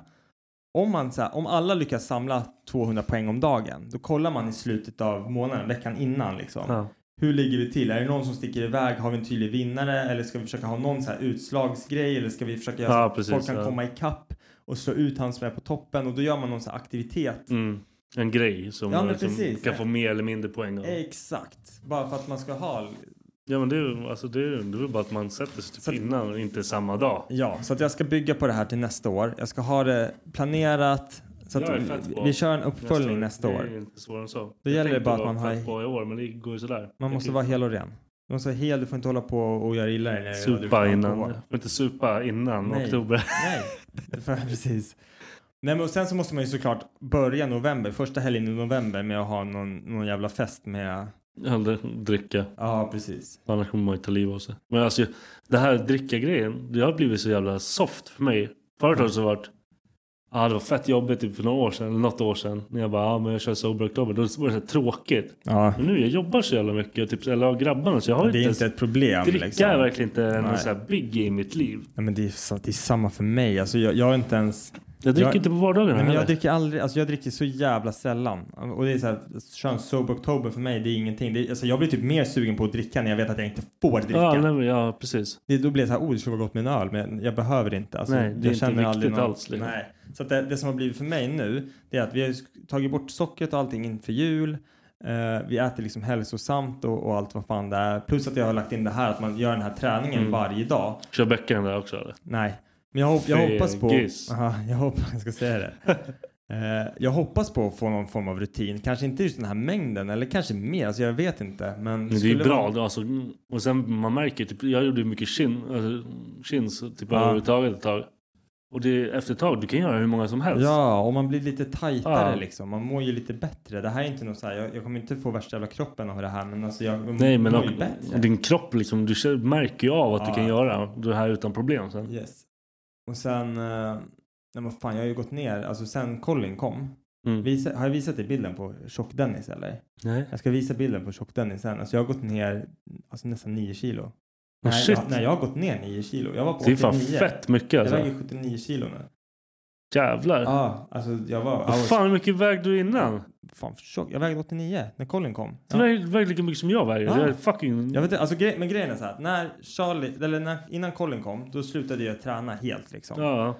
[SPEAKER 9] om man så här, om alla lyckas samla tvåhundra poäng om dagen, då kollar man i slutet av månaden, veckan innan liksom.
[SPEAKER 8] Ja.
[SPEAKER 9] Hur ligger vi till? Är det någon som sticker iväg? Har vi en tydlig vinnare? Eller ska vi försöka ha någon så här utslagsgrej? Eller ska vi försöka göra
[SPEAKER 8] Ja,
[SPEAKER 9] så att
[SPEAKER 8] precis,
[SPEAKER 9] folk kan
[SPEAKER 8] ja.
[SPEAKER 9] komma i kapp och slå ut han som är på toppen? Och då gör man någon så här aktivitet.
[SPEAKER 8] Mm. En grej som
[SPEAKER 9] Ja, men
[SPEAKER 8] liksom
[SPEAKER 9] precis.
[SPEAKER 8] kan få mer eller mindre poäng av.
[SPEAKER 9] Exakt. Bara för att man ska ha...
[SPEAKER 8] Ja, men det är ju alltså, det är, det är väl bara att man sätter sig typ
[SPEAKER 9] Så att-
[SPEAKER 8] innan och inte samma dag.
[SPEAKER 9] Ja, så att jag ska bygga på det här till nästa år. Jag ska ha det planerat. Så
[SPEAKER 8] Jag är
[SPEAKER 9] att
[SPEAKER 8] fett
[SPEAKER 9] vi,
[SPEAKER 8] på
[SPEAKER 9] vi kör en uppföljning nästa år.
[SPEAKER 8] Det är inte svårare än så.
[SPEAKER 9] Då
[SPEAKER 8] Jag
[SPEAKER 9] gäller det
[SPEAKER 8] tänkte
[SPEAKER 9] bara att
[SPEAKER 8] vara
[SPEAKER 9] man har-
[SPEAKER 8] fett på i år, men det går ju sådär.
[SPEAKER 9] Man
[SPEAKER 8] Jag
[SPEAKER 9] måste
[SPEAKER 8] kan-
[SPEAKER 9] vara hel och ren. Du måste vara hel, du får inte hålla på och göra illa dig. när du
[SPEAKER 8] Supa
[SPEAKER 9] får
[SPEAKER 8] innan.
[SPEAKER 9] alkohol.
[SPEAKER 8] Jag får inte supa innan
[SPEAKER 9] Nej.
[SPEAKER 8] oktober.
[SPEAKER 9] Nej, för, precis. Nej, men och sen så måste man ju såklart börja november, första helgen i november med att ha någon, någon jävla fest med...
[SPEAKER 8] Jag hade dricka.
[SPEAKER 9] Ja, precis.
[SPEAKER 8] Annars kommer man ju ta liv av sig. Men alltså, det här dricka-grejen, det har blivit så jävla soft för mig. Förut har det så varit... Ja, det var fett jobbigt typ för några år sedan, eller något år sedan. När jag bara, ja men jag kör sober oktober. Då var det så här tråkigt.
[SPEAKER 9] Ja.
[SPEAKER 8] Men nu, jag jobbar så jävla mycket. Typ, eller har grabbarna, så jag har
[SPEAKER 9] Det är
[SPEAKER 8] inte
[SPEAKER 9] inte ett problem
[SPEAKER 8] dricka
[SPEAKER 9] liksom.
[SPEAKER 8] är verkligen inte en
[SPEAKER 9] Nej.
[SPEAKER 8] så här big i mitt liv.
[SPEAKER 9] Ja, men det är, så, det är samma för mig. Alltså jag, jag har inte ens...
[SPEAKER 8] Jag dricker
[SPEAKER 9] Jag-
[SPEAKER 8] inte på vardagarna
[SPEAKER 9] Nej, men jag
[SPEAKER 8] heller.
[SPEAKER 9] dricker aldrig, alltså jag dricker så jävla sällan. Och det är så här, kör en sober oktober för mig, det är ingenting. Det är, alltså jag blir typ mer sugen på att dricka när jag vet att jag inte får dricka.
[SPEAKER 8] Ja, nej, men- ja, precis.
[SPEAKER 9] Det, då blir det så här, oh det skulle vara gott med en öl, men jag behöver inte. Alltså,
[SPEAKER 8] Nej, det är
[SPEAKER 9] jag
[SPEAKER 8] inte
[SPEAKER 9] känner aldrig
[SPEAKER 8] viktigt
[SPEAKER 9] någon-
[SPEAKER 8] alls, liksom.
[SPEAKER 9] Nej. Så att det, det som har blivit för mig nu, det är att vi har sk- tagit bort sockret och allting inför jul. Eh, vi äter liksom hälsosamt och, och allt vad fan det är. Plus att jag har lagt in det här att man gör den här träningen
[SPEAKER 8] Mm.
[SPEAKER 9] varje dag.
[SPEAKER 8] Kör bäcken där också eller?
[SPEAKER 9] Nej, men jag, hop- jag hoppas på...
[SPEAKER 8] Fegis.
[SPEAKER 9] Aha, jag hoppas, jag ska säga det. Eh, jag hoppas på att få någon form av rutin. Kanske inte just den här mängden, eller kanske mer. Alltså jag vet inte. Men,
[SPEAKER 8] Men det är
[SPEAKER 9] skulle
[SPEAKER 8] ju bra.
[SPEAKER 9] vara-
[SPEAKER 8] Alltså, och sen man märker typ, jag gjorde ju mycket chin, alltså, chins typ
[SPEAKER 9] Ja.
[SPEAKER 8] överhuvudtaget ett tag. Och det, efter ett tag, du kan göra hur många som helst.
[SPEAKER 9] Ja, och man blir lite tajtare
[SPEAKER 8] Ja.
[SPEAKER 9] liksom. Man mår ju lite bättre. Det här är inte något så här, jag, jag kommer inte få värsta jävla kroppen av det här. Men alltså jag
[SPEAKER 8] Nej, men
[SPEAKER 9] mår
[SPEAKER 8] och,
[SPEAKER 9] ju bättre.
[SPEAKER 8] din kropp liksom, du känner- märker ju av att
[SPEAKER 9] Ja.
[SPEAKER 8] du kan göra det här utan problem sen.
[SPEAKER 9] Yes. Och sen, eh, nej men fan jag har ju gått ner, alltså sen Colin kom.
[SPEAKER 8] Mm.
[SPEAKER 9] Visa, har jag visat dig bilden på Tjock Dennis eller?
[SPEAKER 8] Nej.
[SPEAKER 9] Jag ska visa bilden på Tjock Dennis sen. Alltså jag har gått ner alltså nästan nio kilo.
[SPEAKER 8] Oh,
[SPEAKER 9] nej,
[SPEAKER 8] shit.
[SPEAKER 9] jag, nej, jag har gått ner nio kilo. Jag var på
[SPEAKER 8] Det är fan
[SPEAKER 9] åttionio.
[SPEAKER 8] fett mycket
[SPEAKER 9] Jag
[SPEAKER 8] alltså.
[SPEAKER 9] väger sjuttionio kilo nu.
[SPEAKER 8] Jävlar.
[SPEAKER 9] Ja, alltså jag var...
[SPEAKER 8] Vad fan hur mycket vägde du innan?
[SPEAKER 9] Fan för tjock. Jag vägde åttionio när Colin kom.
[SPEAKER 8] Du vägde, vägde lika mycket som jag väger.
[SPEAKER 9] Ja.
[SPEAKER 8] Det är fucking...
[SPEAKER 9] Jag vet inte, alltså gre- men grejen är så här att när Charlie, eller när, innan Colin kom, då slutade jag träna helt liksom.
[SPEAKER 8] Ja.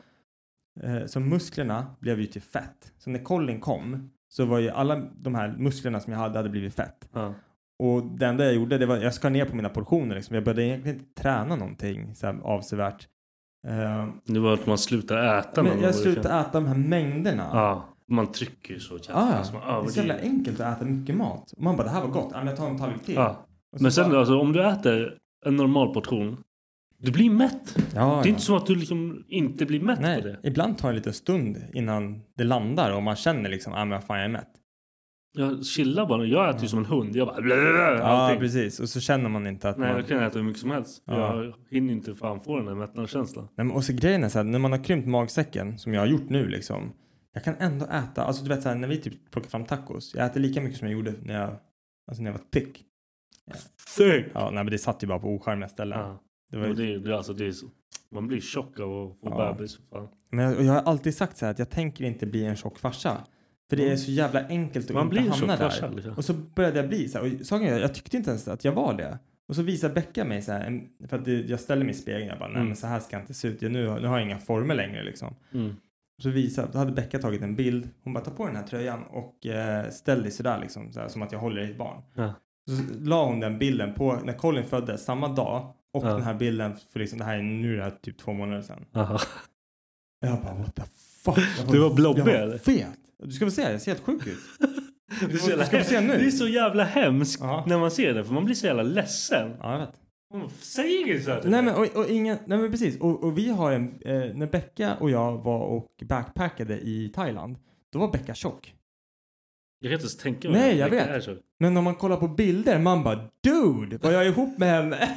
[SPEAKER 9] Eh, så musklerna blev ju till fett. Så när Colin kom så var ju alla de här musklerna som jag hade hade blivit fett.
[SPEAKER 8] Ja.
[SPEAKER 9] Och det enda jag gjorde, det var jag skar ner på mina portioner liksom. Jag började egentligen inte träna någonting så här avsevärt. Eh,
[SPEAKER 8] Det var att man slutar äta.
[SPEAKER 9] men
[SPEAKER 8] någon
[SPEAKER 9] jag
[SPEAKER 8] gång.
[SPEAKER 9] slutade äta de här mängderna.
[SPEAKER 8] Ja. Man trycker ju så jävla.
[SPEAKER 9] Ah,
[SPEAKER 8] alltså, man
[SPEAKER 9] det är så jävla
[SPEAKER 8] överdriver.
[SPEAKER 9] enkelt att äta mycket mat. Och man bara, det här var gott. Ja, men jag tar en tallrik till.
[SPEAKER 8] Ja.
[SPEAKER 9] Och så
[SPEAKER 8] Men sen
[SPEAKER 9] bara-
[SPEAKER 8] alltså, om du äter en normal portion Du blir mätt.
[SPEAKER 9] Ja,
[SPEAKER 8] det är
[SPEAKER 9] ja.
[SPEAKER 8] inte så att du liksom inte blir mätt
[SPEAKER 9] Nej,
[SPEAKER 8] på det.
[SPEAKER 9] ibland tar det en liten stund innan det landar och man känner liksom, ah, men fan jag är mätt.
[SPEAKER 8] Jag chillar bara. Jag äter ju som en hund. Jag bara...
[SPEAKER 9] Ja, precis. Och så känner man inte att
[SPEAKER 8] Nej,
[SPEAKER 9] man...
[SPEAKER 8] jag kan äta hur mycket som helst.
[SPEAKER 9] Ja.
[SPEAKER 8] Jag hinner inte fan få den där mättnadskänslan.
[SPEAKER 9] Nej, men och så grejen är så här, när man har krympt magsäcken, som jag har gjort nu liksom. Jag kan ändå äta, alltså du vet så här, när vi typ plockar fram tacos. Jag äter lika mycket som jag gjorde när jag, alltså när jag var thick. Ja.
[SPEAKER 8] Thick?
[SPEAKER 9] Ja, nej, men det satt ju bara på ocharmiga ställen.
[SPEAKER 8] Ja.
[SPEAKER 9] Det var ju...
[SPEAKER 8] det, är, det, är, alltså, det är så. Man blir tjock av att få
[SPEAKER 9] Ja.
[SPEAKER 8] bebis. Fan.
[SPEAKER 9] Men jag, och jag har alltid sagt så här att jag tänker inte bli en tjock farsa. För det är så jävla enkelt att
[SPEAKER 8] Man
[SPEAKER 9] inte
[SPEAKER 8] blir en
[SPEAKER 9] hamna
[SPEAKER 8] tjock
[SPEAKER 9] där.
[SPEAKER 8] farsa, liksom.
[SPEAKER 9] Och så började jag bli så här. Och saken är, jag tyckte inte ens att jag var det. Och så visar Becka mig så här. En, för att det, jag ställer mig i spegeln. Jag bara, nej
[SPEAKER 8] Mm.
[SPEAKER 9] men så här ska jag inte se ut. Jag, nu, nu har jag inga former längre liksom.
[SPEAKER 8] Mm.
[SPEAKER 9] Och så visar, då hade Becka tagit en bild. Hon bara, ta på den här tröjan och eh, ställ dig sådär liksom. Så här, som att jag håller i ett barn.
[SPEAKER 8] Ja.
[SPEAKER 9] Så la hon den bilden på när Colin föddes samma dag. Och
[SPEAKER 8] Ja.
[SPEAKER 9] den här bilden, för liksom det här är nu det här typ två månader sedan.
[SPEAKER 8] Aha.
[SPEAKER 9] Jag bara, what the fuck? Jag
[SPEAKER 8] Du var blobbig,
[SPEAKER 9] jag var
[SPEAKER 8] eller?
[SPEAKER 9] fet. Du ska väl säga, jag ser helt sjuk ut.
[SPEAKER 8] Det är, så jävla
[SPEAKER 9] Du ska få se
[SPEAKER 8] hem-
[SPEAKER 9] nu.
[SPEAKER 8] det är så jävla hemskt
[SPEAKER 9] Ja.
[SPEAKER 8] när man ser det. För man blir så jävla ledsen.
[SPEAKER 9] Ja, jag vet.
[SPEAKER 8] Man säger inget så här till
[SPEAKER 9] Nej
[SPEAKER 8] mig.
[SPEAKER 9] men, och, och ingen, nej men precis. Och, och vi har en, eh, när Becka och jag var och backpackade i Thailand. Då var Becka tjock.
[SPEAKER 8] Jag kan inte ens tänka mig.
[SPEAKER 9] Nej,
[SPEAKER 8] att
[SPEAKER 9] jag
[SPEAKER 8] Becka
[SPEAKER 9] vet.
[SPEAKER 8] är så.
[SPEAKER 9] Men om man kollar på bilder, man bara, dude, var jag ihop med henne?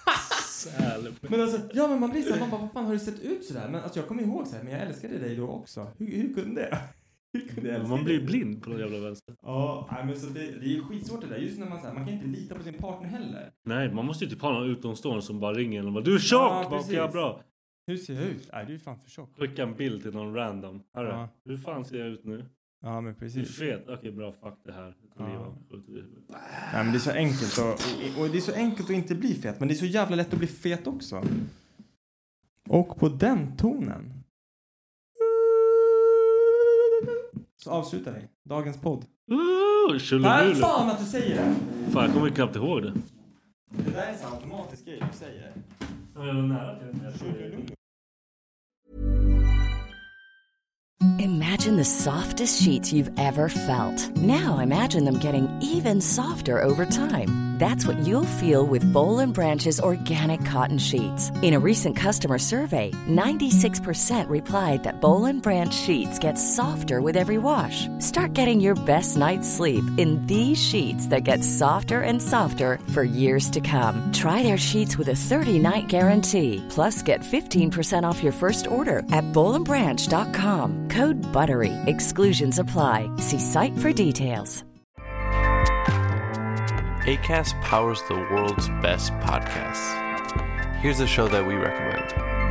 [SPEAKER 9] Men alltså, ja men man blir så här, man bara, vad fan har du sett ut sådär? Men alltså jag kommer ihåg så här, men jag älskade dig då också. Hur, hur kunde jag? Hur kunde jag älska
[SPEAKER 8] Man blir
[SPEAKER 9] dig?
[SPEAKER 8] blind på den jävla vänster.
[SPEAKER 9] Ja, nej, men så det, det är ju skitsvårt det där. Just när man så här, man kan inte lita på sin partner heller.
[SPEAKER 8] Nej, man måste ju typ ha någon utomstående som bara ringer och bara, du är tjock!
[SPEAKER 9] Ja,
[SPEAKER 8] Ja,
[SPEAKER 9] precis.
[SPEAKER 8] ja, bra.
[SPEAKER 9] Hur ser jag ut? Nej, du är fan för tjock.
[SPEAKER 8] Skicka en bild till någon random. Hörru,
[SPEAKER 9] Ja.
[SPEAKER 8] hur fan ser jag ut nu?
[SPEAKER 9] Ja, men
[SPEAKER 8] Du är
[SPEAKER 9] precis.
[SPEAKER 8] fet. Okej, bra. Fuck det här.
[SPEAKER 9] Ja.
[SPEAKER 8] Ja.
[SPEAKER 9] Nej, men det är så enkelt och, och, och det är så enkelt att inte bli fet. Men det är så jävla lätt att bli fet också. Och på den tonen så avslutar vi dagens podd.
[SPEAKER 8] Uh,
[SPEAKER 9] Nej,
[SPEAKER 8] tjolilulu.
[SPEAKER 9] fan att du säger det!
[SPEAKER 8] Fan, jag kommer knappt ihåg det.
[SPEAKER 9] Det där är en sån automatisk grej du säger.
[SPEAKER 8] Jag var nära till det.
[SPEAKER 3] Imagine the softest sheets you've ever felt. Now imagine them getting even softer over time. That's what you'll feel with Boll and Branch's organic cotton sheets. In a recent customer survey, ninety-six percent replied that Boll and Branch sheets get softer with every wash. Start getting your best night's sleep in these sheets that get softer and softer for years to come. Try their sheets with a thirty-night guarantee. Plus, get fifteen percent off your first order at boll and branch dot com. Code BUTTERY. Exclusions apply. See site for details.
[SPEAKER 5] Acast powers the world's best podcasts. Here's a show that we recommend.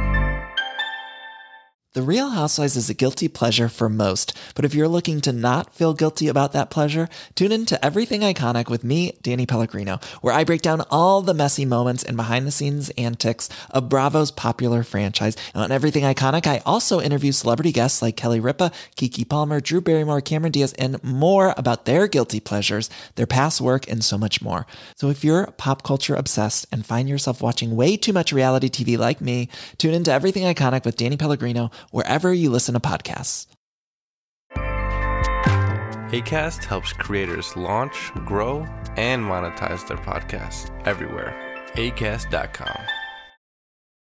[SPEAKER 11] The Real Housewives is a guilty pleasure for most, but if you're looking to not feel guilty about that pleasure, tune in to Everything Iconic with me, Danny Pellegrino, where I break down all the messy moments and behind-the-scenes antics of Bravo's popular franchise. And on Everything Iconic, I also interview celebrity guests like Kelly Ripa, Keke Palmer, Drew Barrymore, Cameron Diaz, and more about their guilty pleasures, their past work, and so much more. So if you're pop culture obsessed and find yourself watching way too much reality T V like me, tune into Everything Iconic with Danny Pellegrino, wherever you listen to podcasts.
[SPEAKER 5] Acast helps creators launch, grow, and monetize their podcasts everywhere. acast dot com.